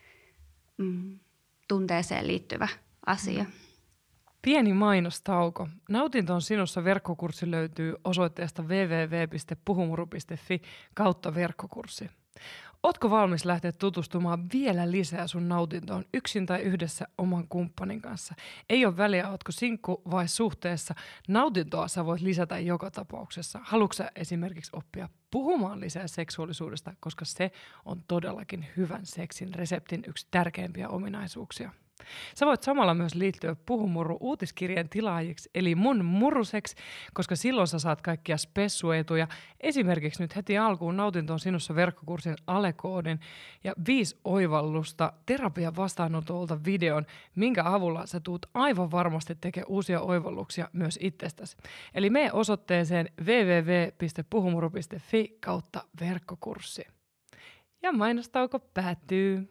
Mm, tunteeseen liittyvä asia. Pieni mainostauko. Nautinto on sinussa -verkkokurssi löytyy osoitteesta double-u double-u double-u piste puhumuru piste fi kautta verkkokurssi. Ootko valmis lähteä tutustumaan vielä lisää sun nautintoon yksin tai yhdessä oman kumppanin kanssa? Ei ole väliä, ootko sinkku vai suhteessa. Nautintoa sä voit lisätä joka tapauksessa. Haluatko sä esimerkiksi oppia puhumaan lisää seksuaalisuudesta, koska se on todellakin hyvän seksin reseptin yksi tärkeimpiä ominaisuuksia. Sä voit samalla myös liittyä Puhumuru uutiskirjeen tilaajiksi, eli mun muruseks, koska silloin sä saat kaikkia spessuetuja. Esimerkiksi nyt heti alkuun Nautinto on sinussa -verkkokurssin alekoodin ja viisi oivallusta terapian vastaanotolta videon, minkä avulla sä tuut aivan varmasti tekemään uusia oivalluksia myös itsestäsi. Eli mene osoitteeseen double-u double-u double-u piste puhumuru piste fi kautta verkkokurssi. Ja mainostauko päättyy.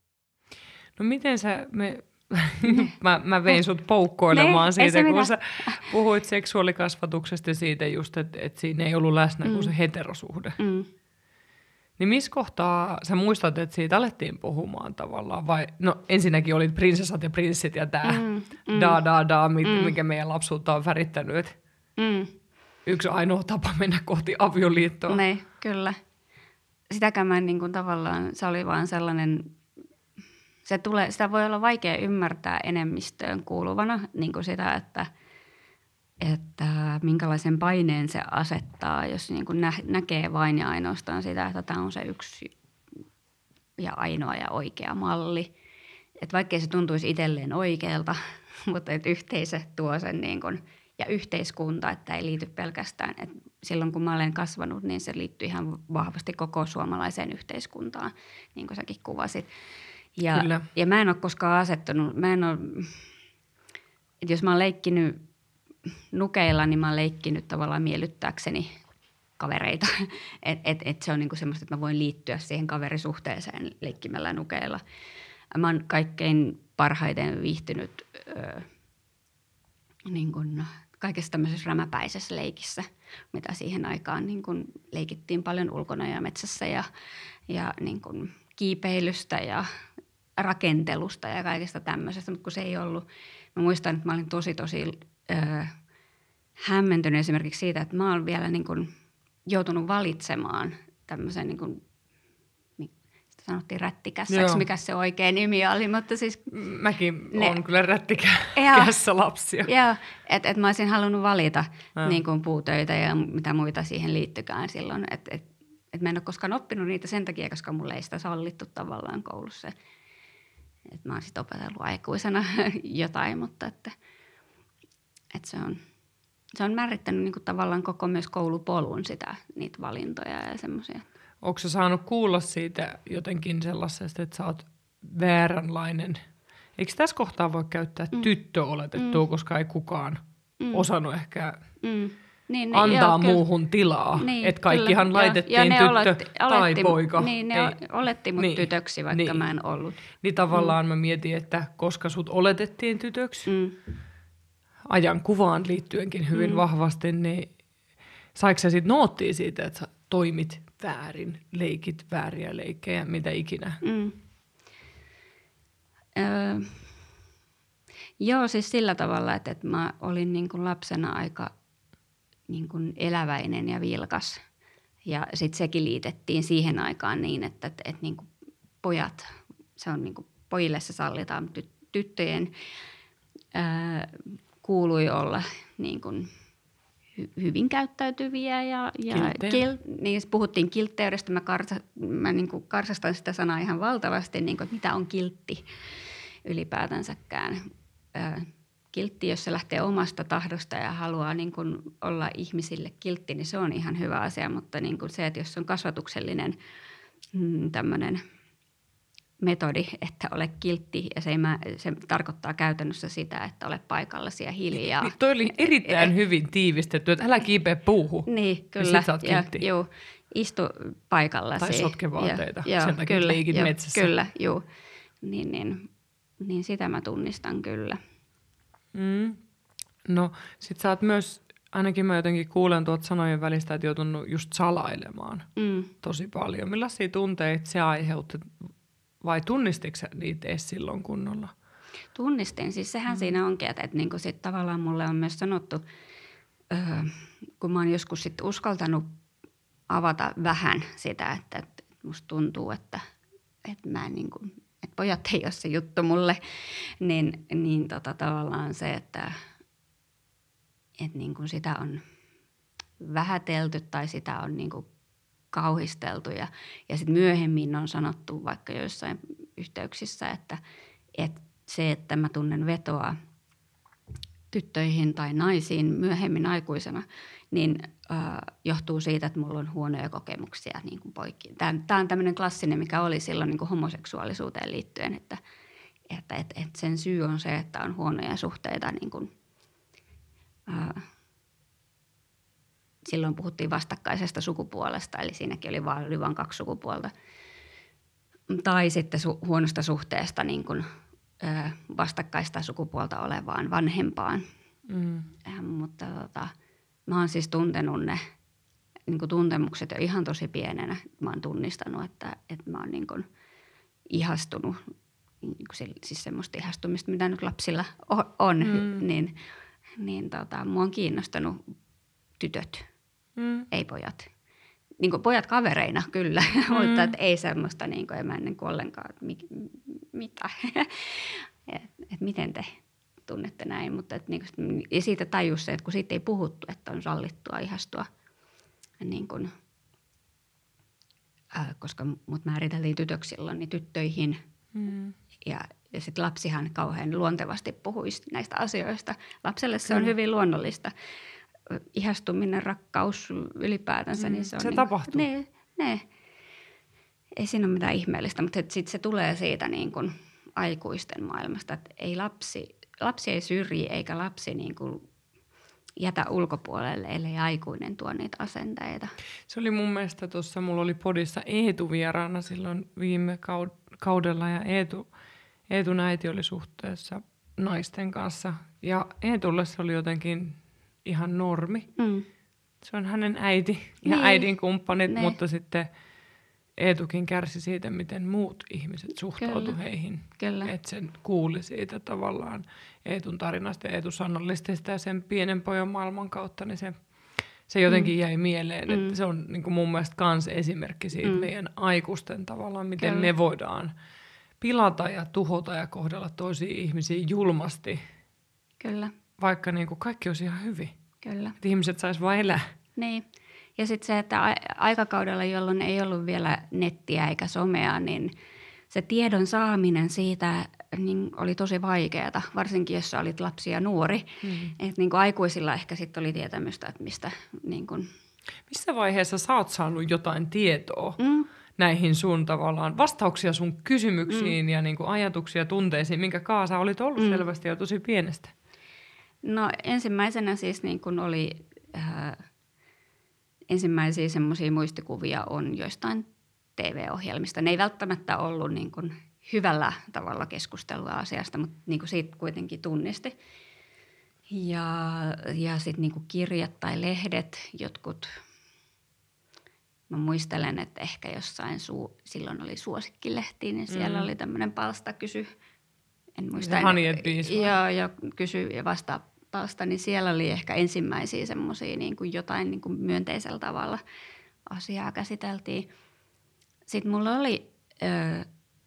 No miten sä, me, mä, mä vein sut poukkoilemaan ne, siitä, kun sä puhuit seksuaalikasvatuksesta ja siitä just, että et siinä ei ollut läsnä mm. kuin se heterosuhde. Mm. Niin missä kohtaa sä muistat, että siitä alettiin puhumaan tavallaan? Vai, no ensinnäkin olit prinsessat ja prinssit ja tää mm. mm. da da da, mikä mm. meidän lapsuutta on värittänyt. Mm. Yksi ainoa tapa mennä kohti avioliittoa. Ne, kyllä. sitäkään mä en niin kuin tavallaan, se oli vaan sellainen, se tulee, sitä voi olla vaikea ymmärtää enemmistöön kuuluvana niin kuin sitä, että, että minkälaisen paineen se asettaa, jos niin kuin nä, näkee vain ja ainoastaan sitä, että tämä on se yksi ja ainoa ja oikea malli. Että vaikkei se tuntuisi itselleen oikealta, mutta että yhteisö tuo sen niin kuin, ja yhteiskunta, että ei liity pelkästään. Et silloin kun mä olen kasvanut, niin se liittyy ihan vahvasti koko suomalaiseen yhteiskuntaan, niin kuin säkin kuvasit. Ja, Kyllä. ja mä en ole koskaan asettunut, mä en ole, että jos mä oon leikkinyt nukeilla, niin mä oon leikkinyt tavallaan miellyttääkseni kavereita. Että et, et se on niinku semmoista, että mä voin liittyä siihen kaverisuhteeseen leikkimällä nukeilla. Mä oon kaikkein parhaiten viihtynyt ö, niin kun kaikessa tämmöisessä rämäpäisessä leikissä, mitä siihen aikaan niin kun leikittiin paljon ulkona ja metsässä ja, ja niin kun kiipeilystä ja rakentelusta ja kaikesta tämmöisestä, mutta kun se ei ollut, mä muistan, että mä olin tosi tosi ö, hämmentynyt esimerkiksi siitä, että mä oon vielä niin kun joutunut valitsemaan tämmöisen niin kuin, sitä sanottiin rättikässäksi, mikä se oikea nimi oli, mutta siis... Mäkin ne, olen kyllä rättikässä lapsia. Joo, että et mä olisin halunnut valita niin kuin puutöitä ja mitä muita siihen liittykään silloin, että et, et mä en ole koskaan oppinut niitä sen takia, koska mulle ei sitä sallittu tavallaan koulussa. Että mä oon sitten opetellut aikuisena jotain, mutta että, että se on... Se on määrittänyt niin kuin tavallaan koko myös koulupolun sitä, niitä valintoja ja semmoisia. Onko sä saanut kuulla siitä jotenkin sellaisesta, että sä oot vääränlainen? Eikö tässä kohtaa voi käyttää mm. tyttöoletettua, mm. koska ei kukaan mm. osannut ehkä mm. niin, antaa joo, muuhun kyllä. tilaa? Niin, että kaikkihan kyllä, laitettiin ja, ja tyttö oletti, tai oletti, poika. Niin, ne ei, oletti mut niin, tytöksi, vaikka niin, mä en ollut. Niin tavallaan mm. mä mietin, että koska sut oletettiin tytöksi, mm. ajan kuvaan liittyenkin hyvin mm. vahvasti, niin saiko sä sitten noottia siitä, että sä toimit väärin, leikit vääriä leikkejä, mitä ikinä? Mm. Öö, joo, siis sillä tavalla, että, että mä olin niin kuin lapsena aika niin kuin eläväinen ja vilkas. Ja sitten sekin liitettiin siihen aikaan niin, että, että, että niin kuin pojat, se on niin kuin pojille se sallitaan, tyttöjen... Öö, kuului olla niin kuin hy- hyvin käyttäytyviä ja, ja kil, niin puhuttiin kiltteydestä. Mä, karsa, mä niin kuin karsastan sitä sanaa ihan valtavasti, niin kuin, että mitä on kiltti ylipäätänsäkään. Ö, kiltti, jos se lähtee omasta tahdosta ja haluaa niin kuin olla ihmisille kiltti, niin se on ihan hyvä asia. Mutta niin kuin se, että jos on kasvatuksellinen mm, tämmöinen metodi, että ole kiltti ja se, ei mä, se tarkoittaa käytännössä sitä, että ole paikallasi ja hiljaa. Niin, toi oli erittäin e- hyvin tiivistetty, että älä kiipeä puuhun. Niin, kyllä. Ja sit sä oot kiltti. Ja, juu, istu paikallasi. Tai sotke vaateita, ja, sen takia kyllä, leikit jo, metsässä. Kyllä, juu. Niin, niin, niin sitä mä tunnistan kyllä. Mm. No sit sä oot myös, ainakin mä jotenkin kuulen tuot sanojen välistä, että joutunut just salailemaan mm. tosi paljon. Millaisia tunteita se aiheutti? Vai tunnistitko sä niitä edes silloin kunnolla? Tunnistin. Siis sehän mm. siinä onkin, että, että niin kuin sit tavallaan mulle on myös sanottu, öö, kun mä oon joskus sit uskaltanut avata vähän sitä, että, että musta tuntuu, että, että, mä en niin kuin, että pojat ei ole se juttu mulle, niin, niin tota, tavallaan se, että, että niin kuin sitä on vähätelty tai sitä on niin kuin kauhisteltu ja, ja sitten myöhemmin on sanottu vaikka joissain yhteyksissä, että, että se, että mä tunnen vetoa tyttöihin tai naisiin myöhemmin aikuisena, niin äh, johtuu siitä, että mulla on huonoja kokemuksia niin kuin poikki. Tämä on tämmöinen klassinen, mikä oli silloin niin kuin homoseksuaalisuuteen liittyen, että, että, että, että sen syy on se, että on huonoja suhteita niin kuin, äh, silloin puhuttiin vastakkaisesta sukupuolesta, eli siinäkin oli vain, oli vain kaksi sukupuolta. Tai sitten su- huonosta suhteesta niin kuin, ö, vastakkaista sukupuolta olevaan vanhempaan. Mm. Äh, mutta tota, mä oon siis tuntenut ne niin kuin tuntemukset jo ihan tosi pienenä. Mä oon tunnistanut, että, että mä oon niin kuin ihastunut, niin kuin siis semmoista ihastumista, mitä nyt lapsilla on, mm. niin, niin tota, mua on kiinnostanut tytöt. Mm. Ei pojat. niin kuin pojat kavereina kyllä, mm. mutta et ei semmoista, niin kuin, en mä ennen kuin ollenkaan, että mi, mitä, että et miten te tunnette näin. Mutta et, niin kuin, ja siitä tajus se, että kun siitä ei puhuttu, että on sallittua ihastua, niin kuin, äh, koska mut määriteltiin tytöksi silloin, niin tyttöihin. Mm. Ja, ja sitten lapsihan kauhean luontevasti puhuisi näistä asioista. Lapselle se on mm. hyvin luonnollista. Ihastuminen, rakkaus ylipäätänsä. Mm, niin se on se niin, tapahtuu. Ne, ne. Ei siinä ole mitään ihmeellistä, mutta sitten se tulee siitä niin kuin aikuisten maailmasta. Että ei lapsi, lapsi ei syrji eikä lapsi niin kuin jätä ulkopuolelle, ellei aikuinen tuo niitä asenteita. Se oli mun mielestä tuossa, mulla oli podissa Eetu vieraana silloin viime kaudella ja Eetu, Eetun äiti oli suhteessa naisten kanssa. Ja Eetulle se oli jotenkin ihan normi. Mm. Se on hänen äiti ja niin. äidin kumppanit, ne. Mutta sitten Eetukin kärsi siitä, miten muut ihmiset suhtautu heihin. Että sen kuuli siitä tavallaan Eetun tarinasta ja Eetun sanallisesta ja sen pienen pojan maailman kautta, niin se, se jotenkin mm. jäi mieleen. Mm. Että se on niin kuin mun mielestä kans esimerkki siitä mm. meidän aikuisten tavallaan, miten Kyllä. me voidaan pilata ja tuhota ja kohdella toisia ihmisiä julmasti. Kyllä. Vaikka niin kuin kaikki olisi ihan hyvin. Kyllä. Että ihmiset sais vaan elää. Niin. Ja sitten se, että aikakaudella, jolloin ei ollut vielä nettiä eikä somea, niin se tiedon saaminen siitä niin oli tosi vaikeaa, varsinkin jos sä olit lapsi ja nuori. Mm. Että niin kuin aikuisilla ehkä sitten oli tietämystä, että mistä niin kuin... Missä vaiheessa sä oot saanut jotain tietoa mm. näihin sun tavallaan vastauksia sun kysymyksiin mm. ja niin kuin ajatuksia, tunteisiin, minkä kaa sä olit ollut mm. selvästi jo tosi pienestä? No ensimmäisenä siis niin kuin oli... Äh, ensimmäisiä semmoisia muistikuvia on joistain T V-ohjelmista. Ne ei välttämättä ollut niin kuin hyvällä tavalla keskustelua asiasta, mutta niin kuin siitä kuitenkin tunnisti. Ja, ja sitten niin kuin kirjat tai lehdet, jotkut, mä muistelen, että ehkä jossain, suu, silloin oli Suosikkilehti, niin siellä mm. oli tämmöinen palstakysy. En muista. Honey and Bees. Joo, ja kysy ja vastaa. Palsta, niin siellä oli ehkä ensimmäisiä semmoisia niin kuin jotain niin kuin myönteisellä tavalla asiaa käsiteltiin. Sitten mulla oli ö,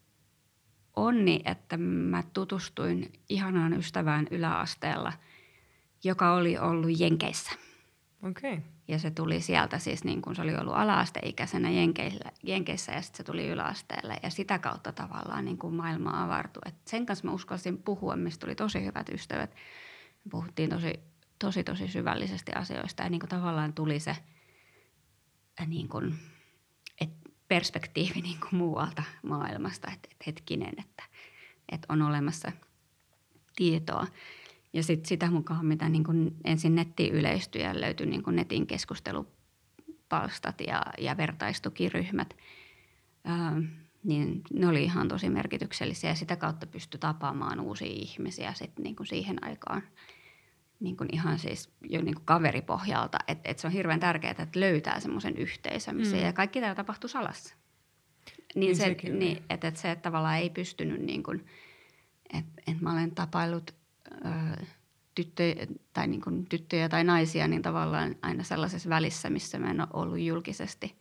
onni, että mä tutustuin ihanaan ystävään yläasteella, joka oli ollut Jenkeissä. Okei. Okay. Ja se tuli sieltä siis niin kuin se oli ollut ala-asteikäisenä Jenkeissä ja sitten se tuli yläasteelle. Ja sitä kautta tavallaan niin kuin maailma avartui. Et sen kanssa mä uskalsin puhua, mistä tuli tosi hyvät ystävät. Puhuttiin tosi, tosi, tosi syvällisesti asioista ja niin kuin tavallaan tuli se niin kuin, et perspektiivi niin kuin muualta maailmasta, että et hetkinen, että et on olemassa tietoa. Ja sitten sitä mukaan, mitä niin kuin ensin nettiin yleistyi ja löytyi niin kuin netin keskustelupalstat ja, ja vertaistukiryhmät, ää, niin ne oli ihan tosi merkityksellisiä ja sitä kautta pystyi tapaamaan uusia ihmisiä sitten niin kuin siihen aikaan niin kuin ihan siis jo niin kuin kaveripohjalta. Että et se on hirveän tärkeää, että löytää semmoisen yhteisön, missä mm. ja kaikki tämä tapahtui salassa. Niin, niin, se, niin että et se että tavallaan ei pystynyt niin kuin, että et mä olen tapaillut ö, tyttöjä, tai niin kuin tyttöjä tai naisia, niin tavallaan aina sellaisessa välissä, missä mä en ole ollut julkisesti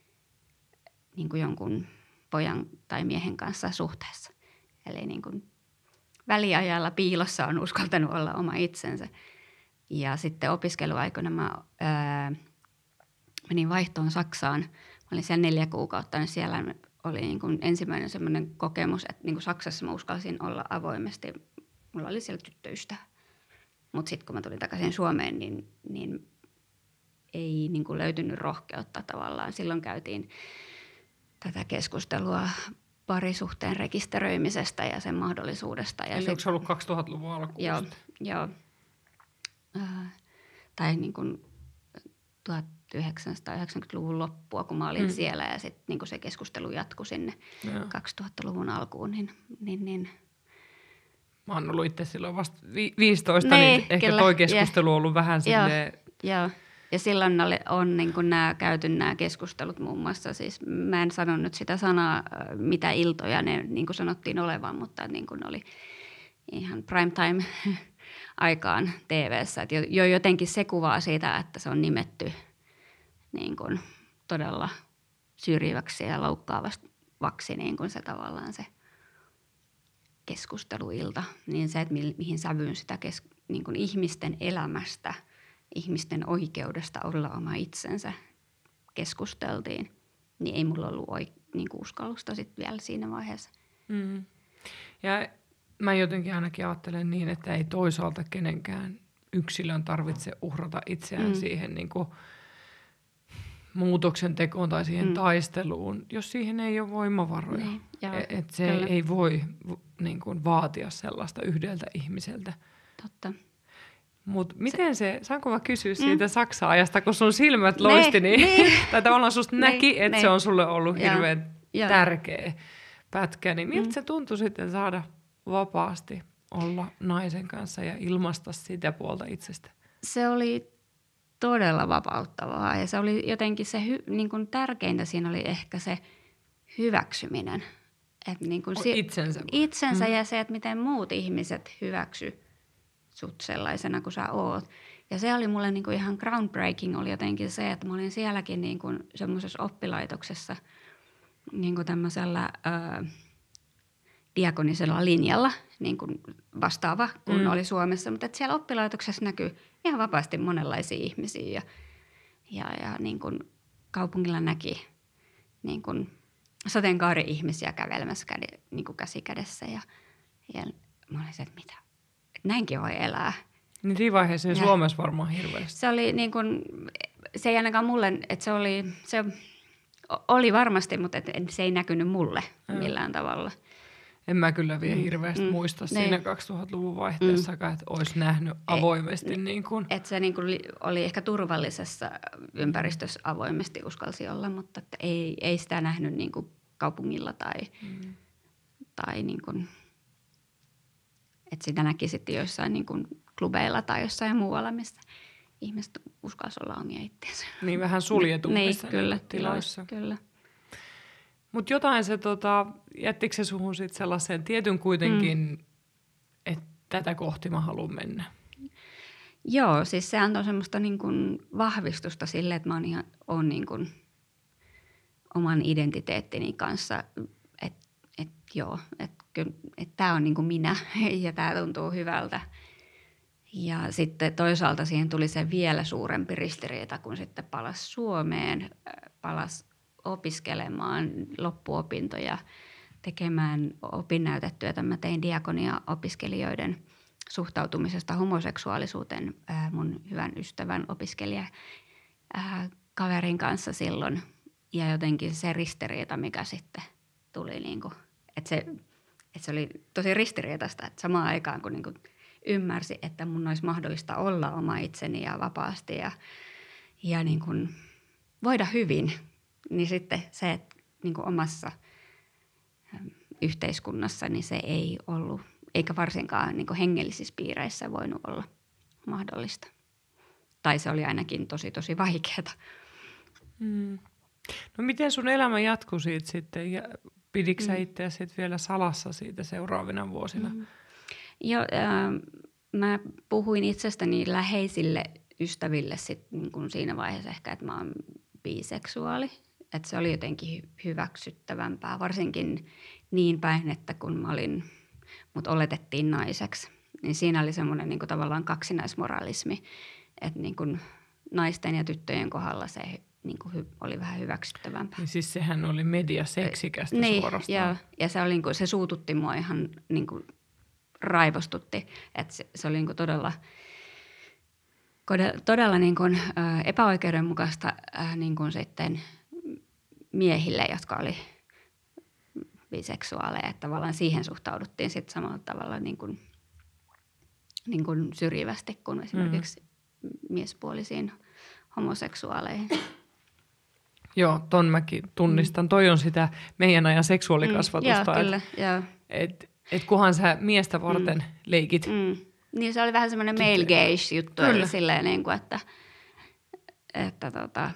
niin kuin jonkun pojan tai miehen kanssa suhteessa. Eli niin kuin väliajalla piilossa on uskaltanut olla oma itsensä. Ja sitten opiskeluaikana mä ää, menin vaihtoon Saksaan. Mä olin siellä neljä kuukautta, niin siellä oli niin kuin ensimmäinen semmoinen kokemus, että niin kuin Saksassa mä uskalsin olla avoimesti. Mulla oli siellä tyttöystävä. Mutta sitten kun mä tulin takaisin Suomeen, niin, niin ei niin kuin löytynyt rohkeutta tavallaan. Silloin käytiin tätä keskustelua parisuhteen rekisteröimisestä ja sen mahdollisuudesta. Eli onko se ollut kaksituhattaluvun alkuun? Joo, joo. Äh, tai niin kuin tuhatyhdeksänsataayhdeksänkymmentäluvun loppua, kun mä olin mm. siellä ja sitten niin kuin se keskustelu jatkui sinne joo. kaksituhattaluvun alkuun. Niin, niin, niin. Mä oon ollut itse silloin vasta vi- viisitoista, niin, niin ehkä kyllä, toi keskustelu on ollut vähän silleen... Joo, joo. Ja silloin oli, on niin kuin nämä, käyty nämä keskustelut muun muassa, siis mä en sano nyt sitä sanaa, mitä iltoja ne niin kuin sanottiin olevan, mutta niin kuin oli ihan prime time aikaan T V:ssä. Että jo jotenkin se kuvaa siitä, että se on nimetty niin kuin todella syrjiväksi ja loukkaavaksi niin kuin se tavallaan se keskusteluilta. Niin se, että mi- mihin sävyyn sitä kes- niin kuin ihmisten elämästä, ihmisten oikeudesta olla oma itsensä keskusteltiin, niin ei mulla ollut oik- niin kuin uskallusta sitten vielä siinä vaiheessa. Mm. Ja mä jotenkin ainakin ajattelen niin, että ei toisaalta kenenkään yksilön tarvitse uhrata itseään mm. siihen niin kuin muutoksen tekoon tai siihen mm. taisteluun, jos siihen ei ole voimavaroja. Niin, että se kyllä. ei voi niin kuin, vaatia sellaista yhdeltä ihmiseltä. Totta. Mutta miten se, saanko mä kysyä siitä mm. Saksa-ajasta, kun sun silmät loisti, ne, niin, niin. tai tavallaan susta näki, että se on sulle ollut hirveän ja. tärkeä pätkä, niin miltä mm. se tuntui sitten saada vapaasti olla naisen kanssa ja ilmaista sitä puolta itsestä? Se oli todella vapauttavaa ja se oli jotenkin se hy, niin kuin tärkeintä siinä oli ehkä se hyväksyminen. Et niin kuin si- itsensä. Itsensä mm. ja se, että miten muut ihmiset hyväksy sut sellaisena kuin sä oot. Ja se oli mulle niin kuin ihan groundbreaking oli jotenkin se, että mä olin sielläkin niin kuin semmoisessa oppilaitoksessa niin kuin tämmöisellä ö, diakonisella linjalla, niin kuin vastaava kuin mm. oli Suomessa. Mutta että siellä oppilaitoksessa näkyy ihan vapaasti monenlaisia ihmisiä ja, ja, ja niin kuin kaupungilla näki niin kuin sateenkaari-ihmisiä kävelemässä käde, niin kuin käsi kädessä. Ja, ja mä olin se, että mitä, että näinkin voi elää. Niin siinä vaiheessa ei Suomessa varmaan hirveästi. Se oli niin kuin, se ei ainakaan mulle, että se oli, se oli varmasti, mutta et, se ei näkynyt mulle mm. millään tavalla. En mä kyllä vielä hirveästi mm. muista mm. siinä kaksituhattaluvun vaihteessakaan, mm. että olisi nähnyt avoimesti. Et, niin kuin. Että se niin kuin oli ehkä turvallisessa ympäristössä avoimesti uskalsi olla, mutta että ei, ei sitä nähnyt niin kuin kaupungilla tai, mm. tai niin kuin, että sitä näki sitten joissain niin kuin klubeilla tai jossain muualla, missä ihmiset uskalsi olla omia itseänsä. Niin vähän suljetummissa niin, kyllä, tiloissa. Kyllä. Mutta jotain se, tota, jättikö se suhun sitten sellaiseen tietyn kuitenkin, mm. että tätä kohti mä haluan mennä? Joo, siis se antoi semmoista niin kuin vahvistusta sille, että mä oon ihan, oon niin kuin oman identiteettini kanssa, että et joo, että et tää on niin kuin minä ja tää tuntuu hyvältä. Ja sitten toisaalta siihen tuli se vielä suurempi ristiriita, kun sitten palasi Suomeen, palasi opiskelemaan loppuopintoja, tekemään opinnäytetyötä. Mä tein diakonia-opiskelijoiden suhtautumisesta homoseksuaalisuuteen ää, mun hyvän ystävän opiskelija ää, kaverin kanssa silloin. Ja jotenkin se ristiriita, mikä sitten tuli, niin kuin, että, se, että se oli tosi ristiriitaista, että samaan aikaan kun niin kuin ymmärsi, että mun olisi mahdollista olla oma itseni ja vapaasti ja, ja niin kuin voida hyvin, niin sitten se, että niin kuin omassa yhteiskunnassa, niin se ei ollut, eikä varsinkaan niin kuin hengellisissä piireissä voinut olla mahdollista. Tai se oli ainakin tosi, tosi vaikeaa. Hmm. No miten sun elämä jatkui siitä sitten? Ja pidikö sä mm. itseäsi sitten vielä salassa siitä seuraavina vuosina? Mm. Joo, äh, mä puhuin itsestäni läheisille ystäville sit, niin kuin siinä vaiheessa ehkä, että mä oon biseksuaali. Että se oli jotenkin hyväksyttävämpää, varsinkin niin päin, että kun mä olin, mut oletettiin naiseksi, niin siinä oli semmoinen niin kuin tavallaan kaksinaismoralismi, että niin kuin naisten ja tyttöjen kohdalla se niin kuin hy, oli vähän hyväksyttävämpää. Niin siis sehän oli mediaseksikästä niin, suorastaan. Ja, ja se, oli, niin kuin, se suututti mua ihan niin kuin raivostutti, että se, se oli niin kuin todella, todella niin kuin, ä, epäoikeudenmukaista ä, niin kuin sitten miehille, jotka oli biseksuaaleja, että tavallaan siihen suhtauduttiin sitten samalla tavalla niin kuin, niin kuin syrjivästi kuin esimerkiksi mm. miespuolisiin homoseksuaaleihin. Joo, ton mäkin tunnistan. Mm. Toi on sitä meidän ajan seksuaalikasvatusta. Mm, joo, kyllä, joo. Et, et kunhan sä miestä varten mm. leikit. Mm. Niin se oli vähän semmoinen male gaze juttu, eli silleen niin kuin, että, että tota,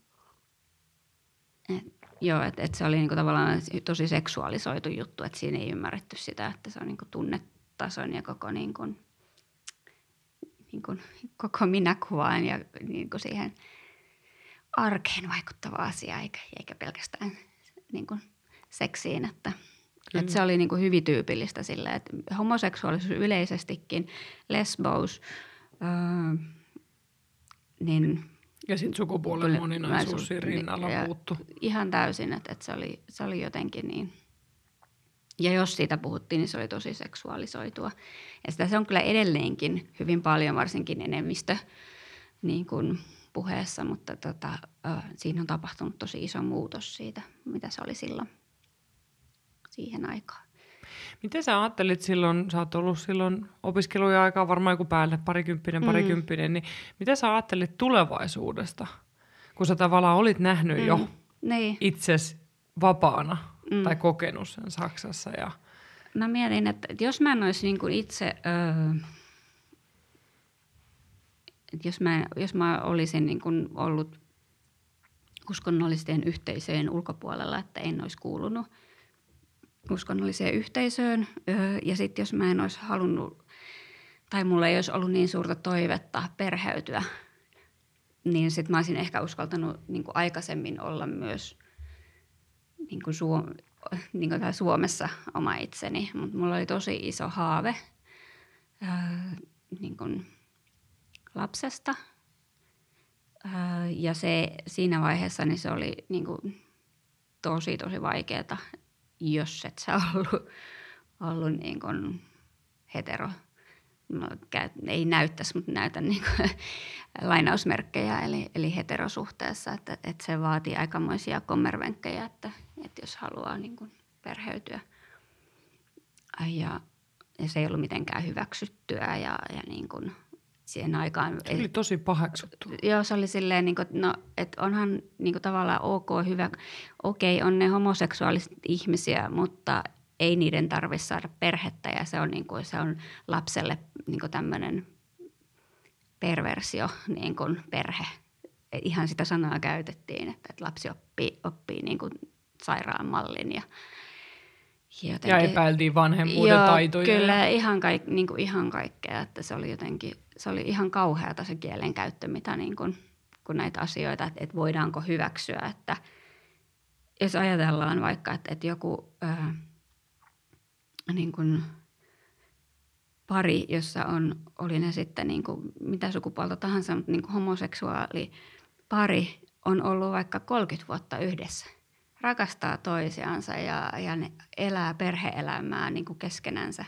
et, joo, että et se oli niin kuin tavallaan tosi seksuaalisoitu juttu, että siinä ei ymmärretty sitä, että se on niin kuin tunnetason ja koko niin kuin, niin kuin, koko minäkuvaan ja niin kuin siihen arkeen vaikuttava asia, eikä, eikä pelkästään niin kuin seksiin. Että, että se oli niin kuin hyvin tyypillistä sille, että homoseksuaalisuus yleisestikin, lesbous, öö, niin... Ja sitten sukupuolen kyllä, moninaisuus siinä rinnalla puuttu. Ihan täysin, että, että se, oli, se oli jotenkin niin... Ja jos siitä puhuttiin, niin se oli tosi seksuaalisoitua. Ja sitä se on kyllä edelleenkin hyvin paljon, varsinkin enemmistö niin kuin puheessa, mutta tota, äh, siinä on tapahtunut tosi iso muutos siitä, mitä se oli silloin siihen aikaan. Miten sä ajattelit silloin, sä oot ollut silloin opiskelujen aikaa varmaan joku päälle, parikymppinen, parikymppinen, mm. niin mitä sä ajattelit tulevaisuudesta, kun sä tavallaan olit nähnyt mm. jo niin. itsesi vapaana mm. tai kokenut sen Saksassa? Ja... Mä mietin, että jos mä en olisi niin kuin itse, öö, että jos mä, jos mä olisin niin kuin ollut uskonnollisten yhteisöjen ulkopuolella, että en olisi kuulunut uskonnolliseen yhteisöön. Öö, ja sitten jos mä en olisi halunnut, tai mulla ei olisi ollut niin suurta toivetta perheytyä, niin sitten mä olisin ehkä uskaltanut niin kuin aikaisemmin olla myös niin kuin Suom- niin kuin Suomessa oma itseni. Mutta mulla oli tosi iso haave öö, niin kuin lapsesta. Öö, ja se, siinä vaiheessa niin se oli niin kuin tosi, tosi vaikeaa, jos et sä ollut, ollut niin kuin hetero. No, ei näyttäisi, mutta näytän niin kuin lainausmerkkejä, eli, eli heterosuhteessa, että, että se vaatii aikamoisia kommervenkkejä, että, että jos haluaa niin kuin perheytyä. Ja, ja se ei ollut mitenkään hyväksyttyä ja, ja niin kuin siihen aikaan... Se oli tosi paheksuttu. Joo, se oli silleen, niin kuin, no, että onhan niin kuin tavallaan ok, hyvä, okei, on ne homoseksuaaliset ihmisiä, mutta ei niiden tarvitse saada perhettä ja se on, niin kuin, se on lapselle niin kuin tämmöinen perversio, niin kuin perhe. Ihan sitä sanaa käytettiin, että, että lapsi oppii, oppii niin kuin sairaan mallin. Ja, jotenkin, ja epäiltiin vanhemmuuden joo, taitoja. Kyllä, ihan, kaik, niin kuin ihan kaikkea. Että se oli jotenkin, se oli ihan kauheata se kielenkäyttö, mitä niin kuin, kun näitä asioita, että, että voidaanko hyväksyä. Että jos ajatellaan vaikka, että, että joku... Ää, niin kuin pari, jossa on, oli ne sitten niin kuin mitä sukupuolta tahansa, mutta niin kuin homoseksuaali pari on ollut vaikka kolmekymmentä vuotta yhdessä. Rakastaa toisiansa ja, ja ne elää perhe-elämää niin kuin keskenänsä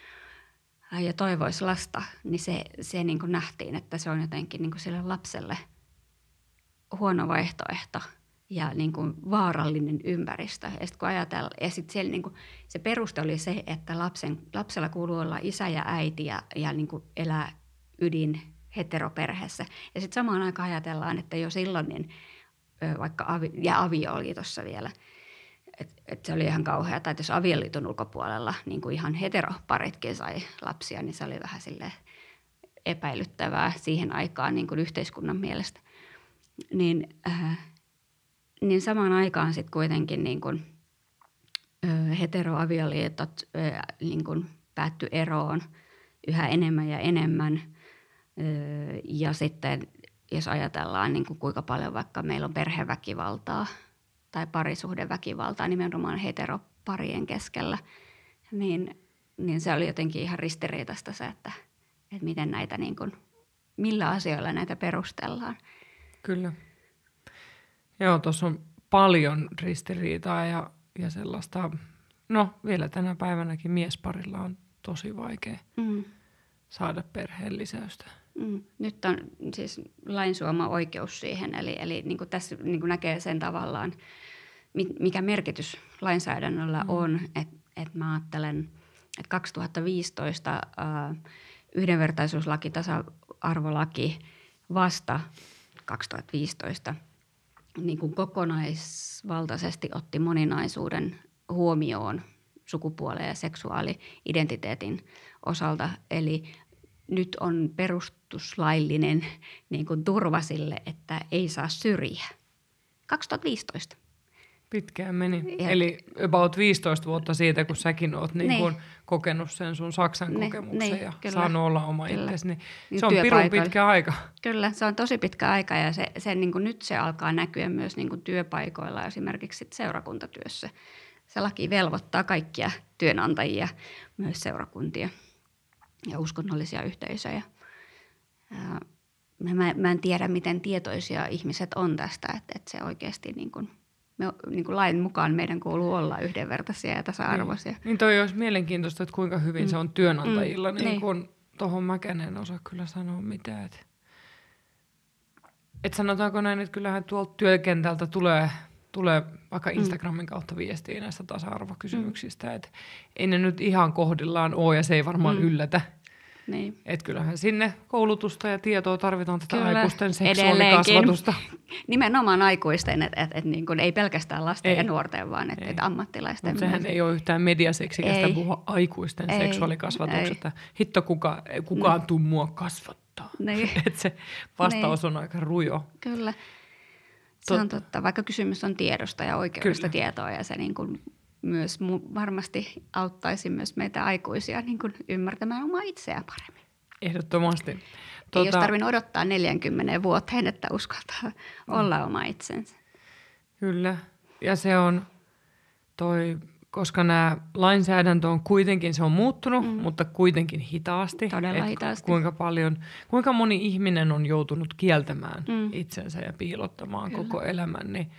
ja toivoisi lasta, niin se, se niin kuin nähtiin, että se on jotenkin niin kuin sille lapselle huono vaihtoehto. Ja niin kuin vaarallinen ympäristö. Ja sitten kun ajatellaan, ja sitten siellä niin kuin, se peruste oli se, että lapsen, lapsella kuuluu olla isä ja äiti ja, ja niin kuin elää ydin heteroperheessä. Ja sitten samaan aikaan ajatellaan, että jo silloin, niin, vaikka avi, ja avioliitossa vielä, että et se oli ihan kauheata, että jos avioliiton ulkopuolella niin kuin ihan heteroparitkin sai lapsia, niin se oli vähän silleen epäilyttävää siihen aikaan niin kuin yhteiskunnan mielestä. Niin... Äh, Niin samaan aikaan sitten kuitenkin niin kun, ö, heteroavioliitot ö, niin kun päättyi eroon yhä enemmän ja enemmän. Ö, ja sitten jos ajatellaan niin kun kuinka paljon vaikka meillä on perheväkivaltaa tai parisuhdeväkivaltaa nimenomaan heteroparien keskellä, niin, niin se oli jotenkin ihan ristiriitaista se, että, että miten näitä niin kun, millä asioilla näitä perustellaan. Kyllä. Joo, tuossa on paljon ristiriitaa ja, ja sellaista, no vielä tänä päivänäkin miesparilla on tosi vaikea mm. saada perheen lisäystä. Mm. Nyt on siis lain suoma oikeus siihen, eli, eli niin kuin tässä niin kuin näkee sen tavallaan, mikä merkitys lainsäädännöllä mm. on, että et mä ajattelen, että kaksituhattaviisitoista äh, yhdenvertaisuuslaki, tasa-arvolaki vasta kaksituhattaviisitoista niin kuin kokonaisvaltaisesti otti moninaisuuden huomioon sukupuolen ja seksuaali-identiteetin osalta. Eli nyt on perustuslaillinen niin kuin turva sille, että ei saa syrjiä. kaksituhattaviisitoista. Pitkään meni. Ja, Eli about viisitoista vuotta siitä, kun säkin oot niin niin. kun kokenut sen sun Saksan Niin, kokemuksen niin, ja kyllä, saanut olla oma kyllä. itsesi, niin, Niin se on pirun pitkä aika. Kyllä, se on tosi pitkä aika ja se, se, niin kuin nyt se alkaa näkyä myös niin kuin työpaikoilla, esimerkiksi sit seurakuntatyössä. Se laki velvoittaa kaikkia työnantajia, myös seurakuntia ja uskonnollisia yhteisöjä. Ja mä, mä en tiedä, miten tietoisia ihmiset on tästä, että, että se oikeasti niin kuin, me, niin kuin lain mukaan meidän kuuluu olla yhdenvertaisia ja tasa-arvoisia. Niin, niin toi olisi mielenkiintoista, että kuinka hyvin mm. se on työnantajilla. Mm. Niin kun tuohon mäkään en osaa kyllä sanoa mitään. Että et sanotaanko näin, että kyllähän tuolta työkentältä tulee, tulee vaikka Instagramin kautta viestiä näistä tasa-arvokysymyksistä. Mm. Että ei ne nyt ihan kohdillaan ole ja se ei varmaan mm. yllätä. Niin. Että kyllähän sinne koulutusta ja tietoa tarvitaan tätä Kyllä, aikuisten seksuaalikasvatusta. Nimenomaan aikuisten, että et, et niin kuin ei pelkästään lasten ei. ja nuorten, vaan että et ammattilaisten. Mutta sehän ei ole yhtään mediaseksikästä puhua aikuisten ei. seksuaalikasvatuksesta. Ei. Hitto kuka, kukaan no. tuu mua kasvattaa. Niin. Että se vastaus niin. on aika rujo. Kyllä. Se on totta, vaikka kysymys on tiedosta ja oikeudesta Kyllä. tietoa ja se niin kuin myös varmasti auttaisi myös meitä aikuisia niin kuin ymmärtämään omaa itseään paremmin. Ehdottomasti. Ei Tuota... jos tarvinnut odottaa neljäkymmentä vuoteen, että uskaltaa mm. olla oma itsensä. Kyllä. Ja se on toi, koska nämä lainsäädäntö on kuitenkin, se on muuttunut, mm. mutta kuitenkin hitaasti. Todella hitaasti. Kuinka paljon, kuinka moni ihminen on joutunut kieltämään mm. itsensä ja piilottamaan Kyllä. koko elämän, niin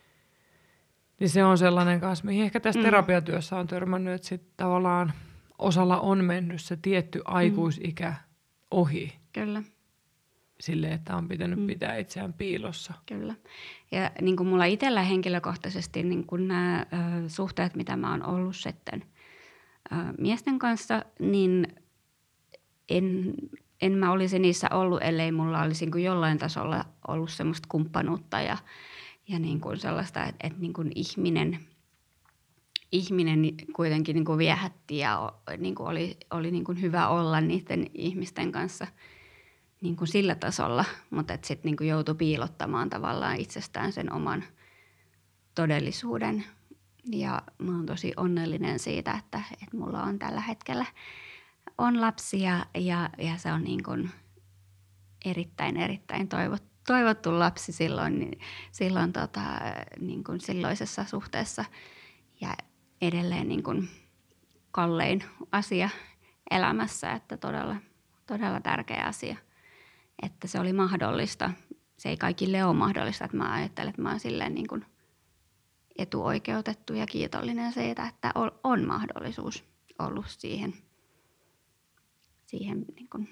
Niin se on sellainen kanssa, mihin ehkä tässä mm. terapiatyössä on törmännyt, että sitten tavallaan osalla on mennyt se tietty aikuisikä ohi. Kyllä. Silleen, että on pitänyt mm. pitää itseään piilossa. Kyllä. Ja niin kuin mulla itsellä henkilökohtaisesti niin kuin nämä ö, suhteet, mitä mä oon ollut sitten ö, miesten kanssa, niin en, en mä olisi niissä ollut, ellei mulla olisi niin kuin jollain tasolla ollut semmoista kumppanuutta ja Ja niin kuin sellaista, että, että niin kuin ihminen, ihminen kuitenkin niin kuin viehätti ja niin kuin oli, oli niin kuin hyvä olla niiden ihmisten kanssa niin kuin sillä tasolla, mutta että sitten niin kuin joutui piilottamaan tavallaan itsestään sen oman todellisuuden. Ja mä oon tosi onnellinen siitä, että, että mulla on tällä hetkellä on lapsia ja, ja se on niin kuin erittäin, erittäin toivottu. toivottu lapsi silloin, niin silloin tota, niin kuin silloisessa suhteessa ja edelleen niin kuin kallein asia elämässä, että todella, todella tärkeä asia, että se oli mahdollista. Se ei kaikille ole mahdollista, että mä ajattelen, että mä oon silleen niin kuin etuoikeutettu ja kiitollinen siitä, että on mahdollisuus ollut siihen, siihen niin kuin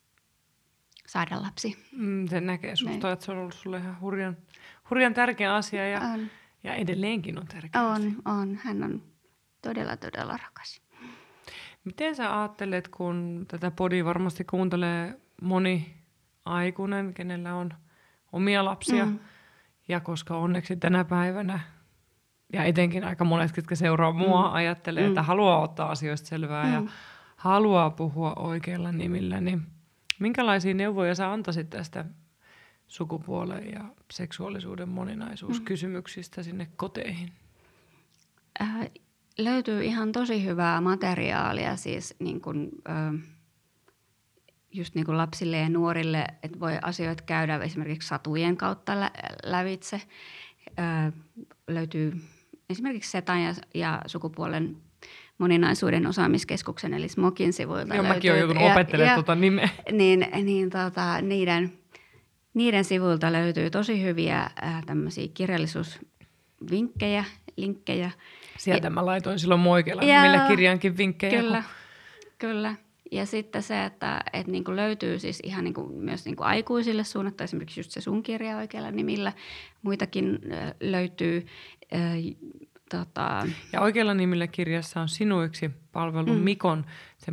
saada lapsi. Mm, se näkee susta, että se on ollut sulle ihan hurjan, hurjan tärkeä asia ja, ja edelleenkin on tärkeä on, asia. On, hän on todella, todella rakas. Miten sä ajattelet, kun tätä podia varmasti kuuntelee moni aikuinen, kenellä on omia lapsia, mm. ja koska onneksi tänä päivänä, ja etenkin aika monet, jotka seuraa mua, mm. ajattelee, mm. että haluaa ottaa asioista selvää mm. ja haluaa puhua oikeilla nimillä, niin minkälaisia neuvoja sä antaisit tästä sukupuolen ja seksuaalisuuden moninaisuuskysymyksistä sinne koteihin? Äh, löytyy ihan tosi hyvää materiaalia siis niin kun, äh, just niin kuin lapsille ja nuorille, että voi asioita käydä esimerkiksi satujen kautta lä- lävitse. Äh, löytyy esimerkiksi Setan ja, ja sukupuolen moninaisuuden osaamiskeskuksen, eli SMOKin sivuilta. Joo, mäkin olen joutunut opettelemaan tuota nimeä. Niin, niin tota, niiden, niiden sivuilta löytyy tosi hyviä äh, tämmöisiä kirjallisuusvinkkejä, linkkejä. Sieltä ja, mä laitoin silloin Moikela nimille kirjankin vinkkejä. Kyllä, kun... kyllä. Ja sitten se, että et niinku löytyy siis ihan niinku myös niinku aikuisille suunnattu, esimerkiksi just se sun kirja oikealla nimillä. Muitakin äh, löytyy. Äh, Tota... Ja oikealla nimillä kirjassa on sinuiksi palvelun mm. Mikon se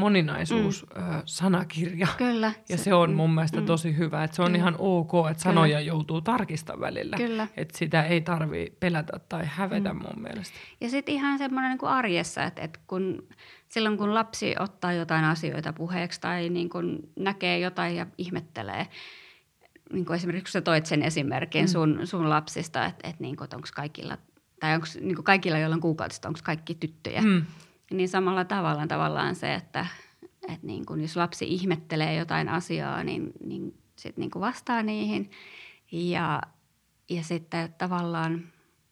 moninaisuus-sanakirja. Mm. Kyllä. Ja se, se on mun mielestä mm. tosi hyvä. Että se on Kyllä. ihan ok, että sanoja Kyllä. joutuu tarkistamaan välillä. Kyllä. Että sitä ei tarvitse pelätä tai hävetä mm. mun mielestä. Ja sitten ihan semmoinen niin kuin arjessa, että, että kun, silloin kun lapsi ottaa jotain asioita puheeksi tai niin kuin näkee jotain ja ihmettelee, niin kuin esimerkiksi kun sä toit sen esimerkin mm. sun, sun lapsista, että, että, niin kuin, että onko kaikilla tai onko niin kaikilla, joilla on kuukautista, onko kaikki tyttöjä. Mm. Niin samalla tavalla tavallaan se, että, että niin kuin jos lapsi ihmettelee jotain asiaa, niin, niin sitten niin kuin vastaa niihin ja, ja sitten tavallaan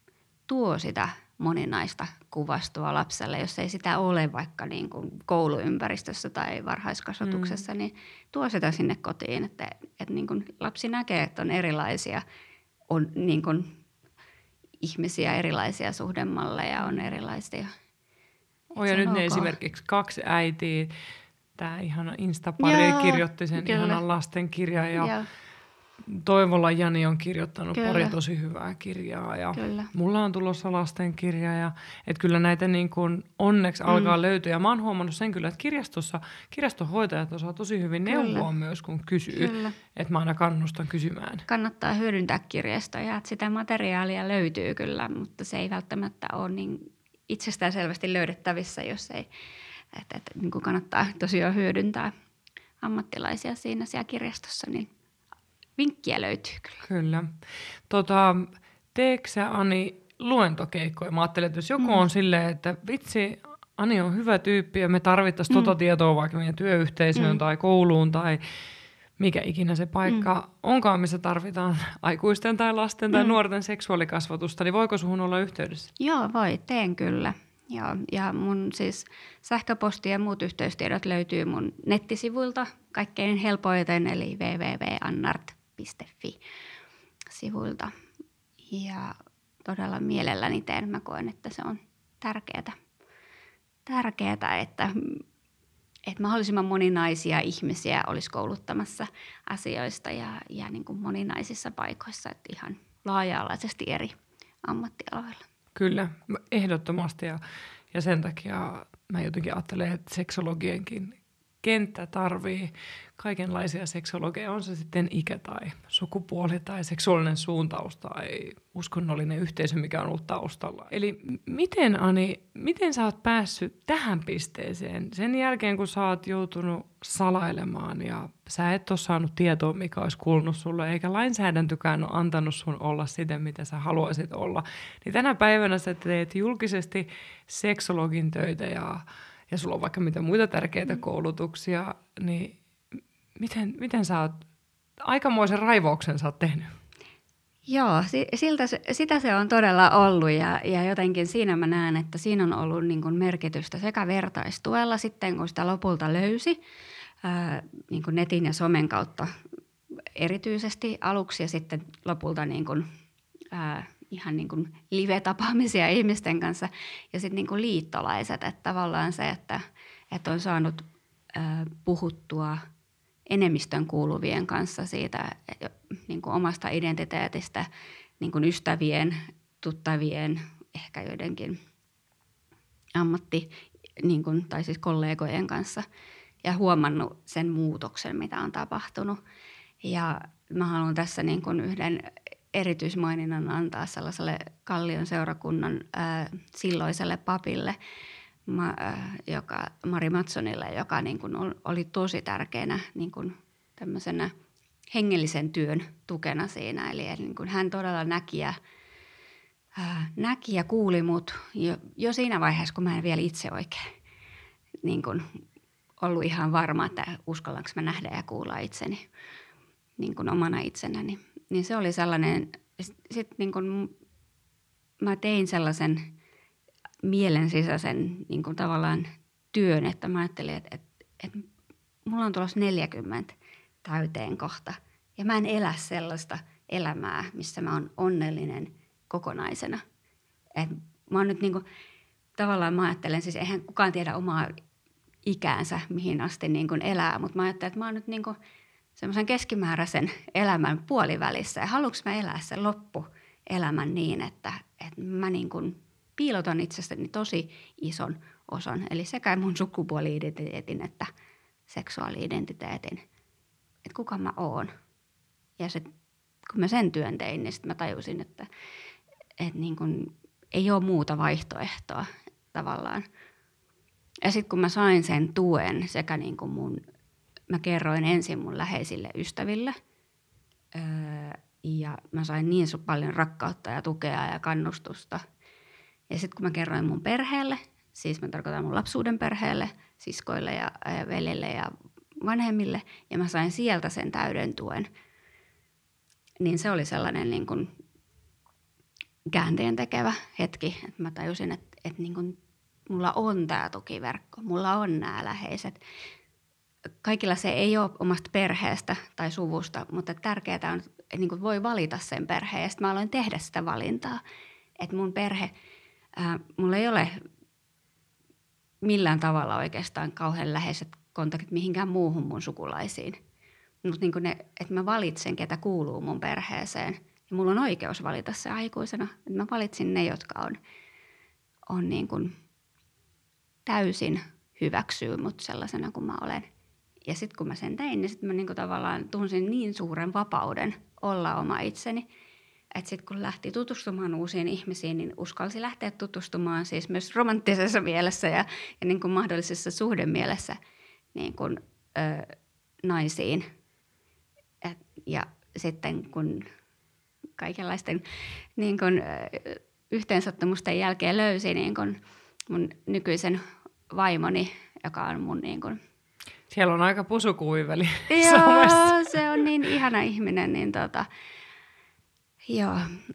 tuo sitä moninaista kuvastoa lapselle, jos ei sitä ole vaikka niin kuin kouluympäristössä tai varhaiskasvatuksessa, mm. niin tuo sitä sinne kotiin, että, että niin kuin lapsi näkee, että on erilaisia, on niin kuin ihmisiä, erilaisia suhdemalleja, on erilaisia. On ja nyt ne esimerkiksi kaksi äitiä, tämä ihana Instapari kirjoitti sen kyllä. ihanan lastenkirjan ja Joo. Toivola Jani on kirjoittanut kyllä. pari tosi hyvää kirjaa ja kyllä. mulla on tulossa lastenkirja ja että kyllä näitä niin kuin onneksi mm. alkaa löytyä ja mä oon huomannut sen kyllä, että kirjastossa kirjastonhoitajat osaa tosi hyvin kyllä. neuvoa myös kun kysyy, kyllä. että mä aina kannustan kysymään. Kannattaa hyödyntää kirjastoja, että sitä materiaalia löytyy kyllä, mutta se ei välttämättä ole niin itsestään selvästi löydettävissä, jos ei, että, että niin kuin kannattaa tosiaan hyödyntää ammattilaisia siinä siellä kirjastossa, niin vinkkiä löytyy kyllä. Kyllä. Tota, teekö sä, Ani, luentokeikkoja? Mä ajattelen, että jos joku mm. on silleen, että vitsi, Ani on hyvä tyyppi ja me tarvittaisiin mm. tota tietoa vaikka meidän työyhteisöön mm. tai kouluun tai mikä ikinä se paikka mm. onkaan, missä tarvitaan aikuisten tai lasten tai mm. nuorten seksuaalikasvatusta, niin voiko suhun olla yhteydessä? Joo, voi, teen kyllä. Joo, ja mun siis sähköposti ja muut yhteystiedot löytyy mun nettisivuilta kaikkein helpoiten, eli double-u double-u double-u piste annart piste fi sivuilta. Ja todella mielelläni teen. Mä koen, että se on tärkeää, tärkeää että, että mahdollisimman moninaisia ihmisiä olisi kouluttamassa asioista ja, ja niin kuin moninaisissa paikoissa, että ihan laaja-alaisesti eri ammattialoilla. Kyllä, ehdottomasti ja, ja sen takia mä jotenkin ajattelen, että seksologienkin kenttä tarvii kaikenlaisia seksologeja, on se sitten ikä tai sukupuoli tai seksuaalinen suuntaus tai uskonnollinen yhteisö, mikä on ollut taustalla. Eli miten, Ani, miten sä oot päässyt tähän pisteeseen sen jälkeen, kun sä oot joutunut salailemaan ja sä et ole saanut tietoa, mikä olisi kuulunut sulle, eikä lainsäädäntökään ole antanut sun olla sitä, mitä sä haluaisit olla. Niin tänä päivänä sä teet julkisesti seksologin töitä ja ja sulla on vaikka mitä muita tärkeitä koulutuksia, niin miten, miten sä oot, aikamoisen raivauksen sä oot tehnyt? Joo, siltä, sitä se on todella ollut ja, ja jotenkin siinä mä näen, että siinä on ollut niin kuin merkitystä sekä vertaistuella sitten, kun sitä lopulta löysi ää, niin kuin netin ja somen kautta erityisesti aluksi ja sitten lopulta niin kuin, ää, ihan niin kuin live-tapaamisia ihmisten kanssa ja sitten niin kuin liittolaiset, että tavallaan se, että, että on saanut ää, puhuttua enemmistön kuuluvien kanssa siitä niin kuin omasta identiteetistä, niin kuin ystävien, tuttavien, ehkä joidenkin ammatti- niin kuin, tai siis kollegojen kanssa ja huomannut sen muutoksen, mitä on tapahtunut. Ja mä haluan tässä niin kuin yhden erityismaininnan antaa sellaiselle Kallion seurakunnan ää, silloiselle papille, ma, ää, joka, Mari Matsonille, joka niin kuin oli tosi tärkeänä niin kuin tämmöisenä hengellisen työn tukena siinä. Eli niin kuin hän todella näki ja, ää, näki ja kuuli mut jo, jo siinä vaiheessa, kun mä en vielä itse oikein niin kuin ollut ihan varma, että uskallanko mä nähdä ja kuulla itseni niin kuin omana itsenäni. Niin se oli sellainen, sitten niin kuin mä tein sellaisen mielen sisäisen niin kuin tavallaan työn, että mä ajattelin, että, että, että mulla on tulossa neljäkymmentä täyteen kohta. Ja mä en elä sellaista elämää, missä mä oon onnellinen kokonaisena. Et mä oon nyt niin kuin, tavallaan mä ajattelen, siis eihän kukaan tiedä omaa ikäänsä, mihin asti niin kuin elää, mutta mä ajattelen, että mä oon nyt niin kuin semmoisen keskimääräisen elämän puolivälissä. Ja haluanko mä elää sen loppuelämän niin, että, että mä niin kuin piilotan itsestäni tosi ison osan. Eli sekä mun sukupuoli-identiteetin että seksuaali-identiteetin. Että kuka mä oon. Ja sit, kun mä sen työn tein, niin sit mä tajusin, että, että niin kuin ei ole muuta vaihtoehtoa tavallaan. Ja sitten kun mä sain sen tuen sekä niin kuin mun... Mä kerroin ensin mun läheisille ystäville öö, ja mä sain niin paljon rakkautta ja tukea ja kannustusta Ja sitten kun mä kerroin mun perheelle, siis mä tarkoitan mun lapsuuden perheelle, siskoille ja, ja veljelle ja vanhemmille, ja mä sain sieltä sen täyden tuen, niin se oli sellainen niin kuin käänteen tekevä hetki, että mä tajusin, että, että niin kuin mulla on tämä tukiverkko, mulla on nämä läheiset. Kaikilla se ei ole omasta perheestä tai suvusta, mutta tärkeää on, että niin kuin voi valita sen perheen. Ja sitten mä aloin tehdä sitä valintaa, että mun perhe, ää, mulla ei ole millään tavalla oikeastaan kauhean läheiset kontaktit mihinkään muuhun mun sukulaisiin. Mutta niin ne, että mä valitsen, ketä kuuluu mun perheeseen. Ja mulla on oikeus valita se aikuisena. Että mä valitsin ne, jotka on, on niin kuin täysin hyväksyy mut sellaisena kuin mä olen. Ja sitten kun mä sen tein, niin sitten mä niin kuin tavallaan tunsin niin suuren vapauden olla oma itseni. Että sitten kun lähti tutustumaan uusiin ihmisiin, niin uskalsi lähteä tutustumaan siis myös romanttisessa mielessä ja, ja niin kuin mahdollisessa suhdemielessä niin kuin, ö, naisiin. Et, ja sitten kun kaikenlaisten niin kuin, ö, yhteensattumusten jälkeen löysi niin kuin mun nykyisen vaimoni, joka on mun niin kuin... Siellä on aika pusukuiveli Joo, se on niin ihana ihminen, niin tota... Joo,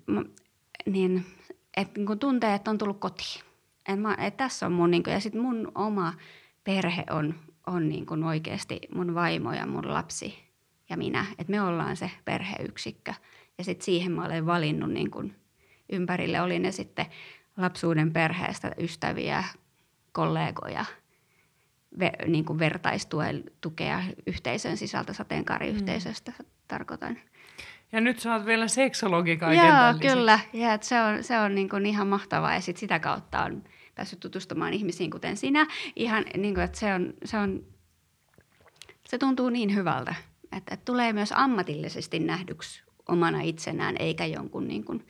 niin, että niin kun tuntee, että on tullut kotiin. Et mä, et tässä on mun, niin kun, ja sitten mun oma perhe on, on niin kun oikeasti mun vaimo ja mun lapsi ja minä. Että me ollaan se perheyksikkö. Ja sitten siihen mä olen valinnut niin kun ympärille. Oli ne sitten lapsuuden perheestä ystäviä, kollegoja, ve, niin kun vertaistukea yhteisön sisältä, sateenkaariyhteisöstä mm. tarkoitan. Ja nyt sä oot vielä seksologi kaiken Joo, tämän lisäksi. kyllä. Ja, se on, se on niin kuin ihan mahtavaa. Ja sit sitä kautta on päässyt tutustumaan ihmisiin, kuten sinä. Ihan niin kuin, että se, on, se, on, se tuntuu niin hyvältä, että, että tulee myös ammatillisesti nähdyksi omana itsenään, eikä jonkun niin kuin,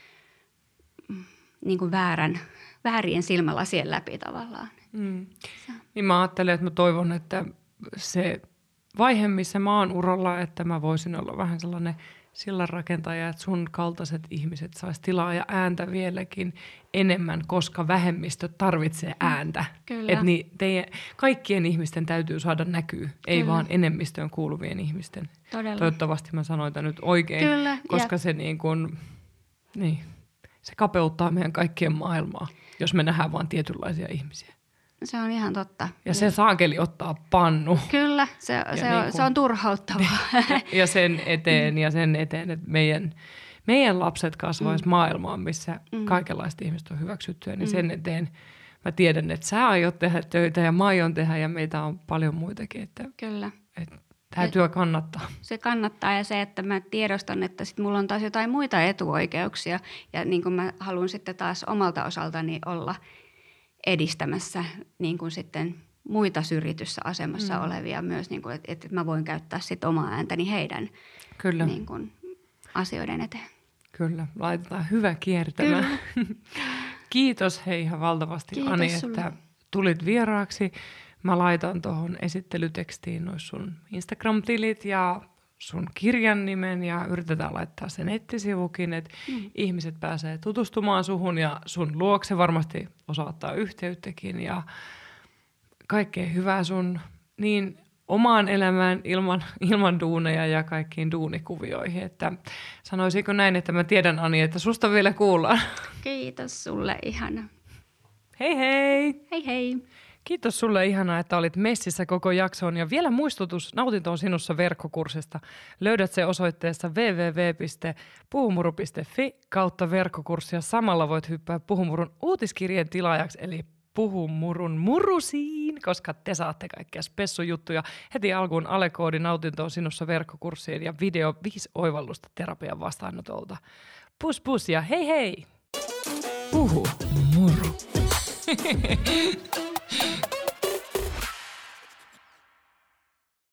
niin kuin väärän, väärien silmälasien läpi tavallaan. Mm. Niin mä ajattelen, että mä toivon, että se vaihe, missä mä oon uralla, että mä voisin olla vähän sellainen sillanrakentaja, että sun kaltaiset ihmiset sais tilaa ja ääntä vieläkin enemmän, koska vähemmistö tarvitsee ääntä. Kyllä. Että niin teidän, kaikkien ihmisten täytyy saada näkyä, ei Kyllä. vaan enemmistöön kuuluvien ihmisten. Todella. Toivottavasti mä sanoin tämän nyt oikein, Kyllä, koska ja... se, niin kun, niin, se kapeuttaa meidän kaikkien maailmaa, jos me nähdään vain tietynlaisia ihmisiä. Se on ihan totta. Ja se saakeli ottaa pannu. Kyllä, se, se, niin on, kuin, se on turhauttavaa. Ja sen eteen ja sen eteen, että meidän, meidän lapset kasvaisi mm. maailmaan, missä mm. kaikenlaiset ihmiset on hyväksyttyä, niin mm. sen eteen mä tiedän, että sä aiot tehdä töitä ja mä aion tehdä ja meitä on paljon muitakin. Että, Kyllä. Että tämä työ kannattaa. Se kannattaa ja se, että mä tiedostan, että sit mulla on taas jotain muita etuoikeuksia ja niin kuin mä haluan sitten taas omalta osaltani olla edistämässä niin kuin sitten muita syrjityssä asemassa mm. olevia myös, niin kuin, että, että mä voin käyttää sitten omaa ääntäni heidän Kyllä. Niin kuin, asioiden eteen. Kyllä, laitetaan hyvä kiertämään. Kiitos hei ihan valtavasti Kiitos Ani, sulle. että tulit vieraaksi. Mä laitan tuohon esittelytekstiin nois sun Instagram-tilit ja sun kirjan nimen ja yritetään laittaa se nettisivukin, että mm. ihmiset pääsee tutustumaan suhun ja sun luokse varmasti osaa ottaa yhteyttäkin ja kaikkea hyvää sun niin omaan elämään ilman, ilman duuneja ja kaikkiin duunikuvioihin. Että sanoisinko näin, että mä tiedän Ani, että susta vielä kuullaan. Kiitos sulle, ihana. Hei hei! Hei hei! Kiitos sulle, ihanaa, että olit messissä koko jaksoon. Ja vielä muistutus Nautinto on sinussa -verkkokurssista. Löydät se osoitteessa double-u double-u double-u piste puhumuru piste fi kautta verkkokurssia. Samalla voit hyppää Puhumurun uutiskirjeen tilaajaksi, eli Puhumurun murusiin, koska te saatte kaikkia spessujuttuja. Heti alkuun alekoodi Nautinto on sinussa -verkkokurssiin ja video viisi oivallusta terapian vastaanotolta. Pus pus ja hei hei! Puhu muru.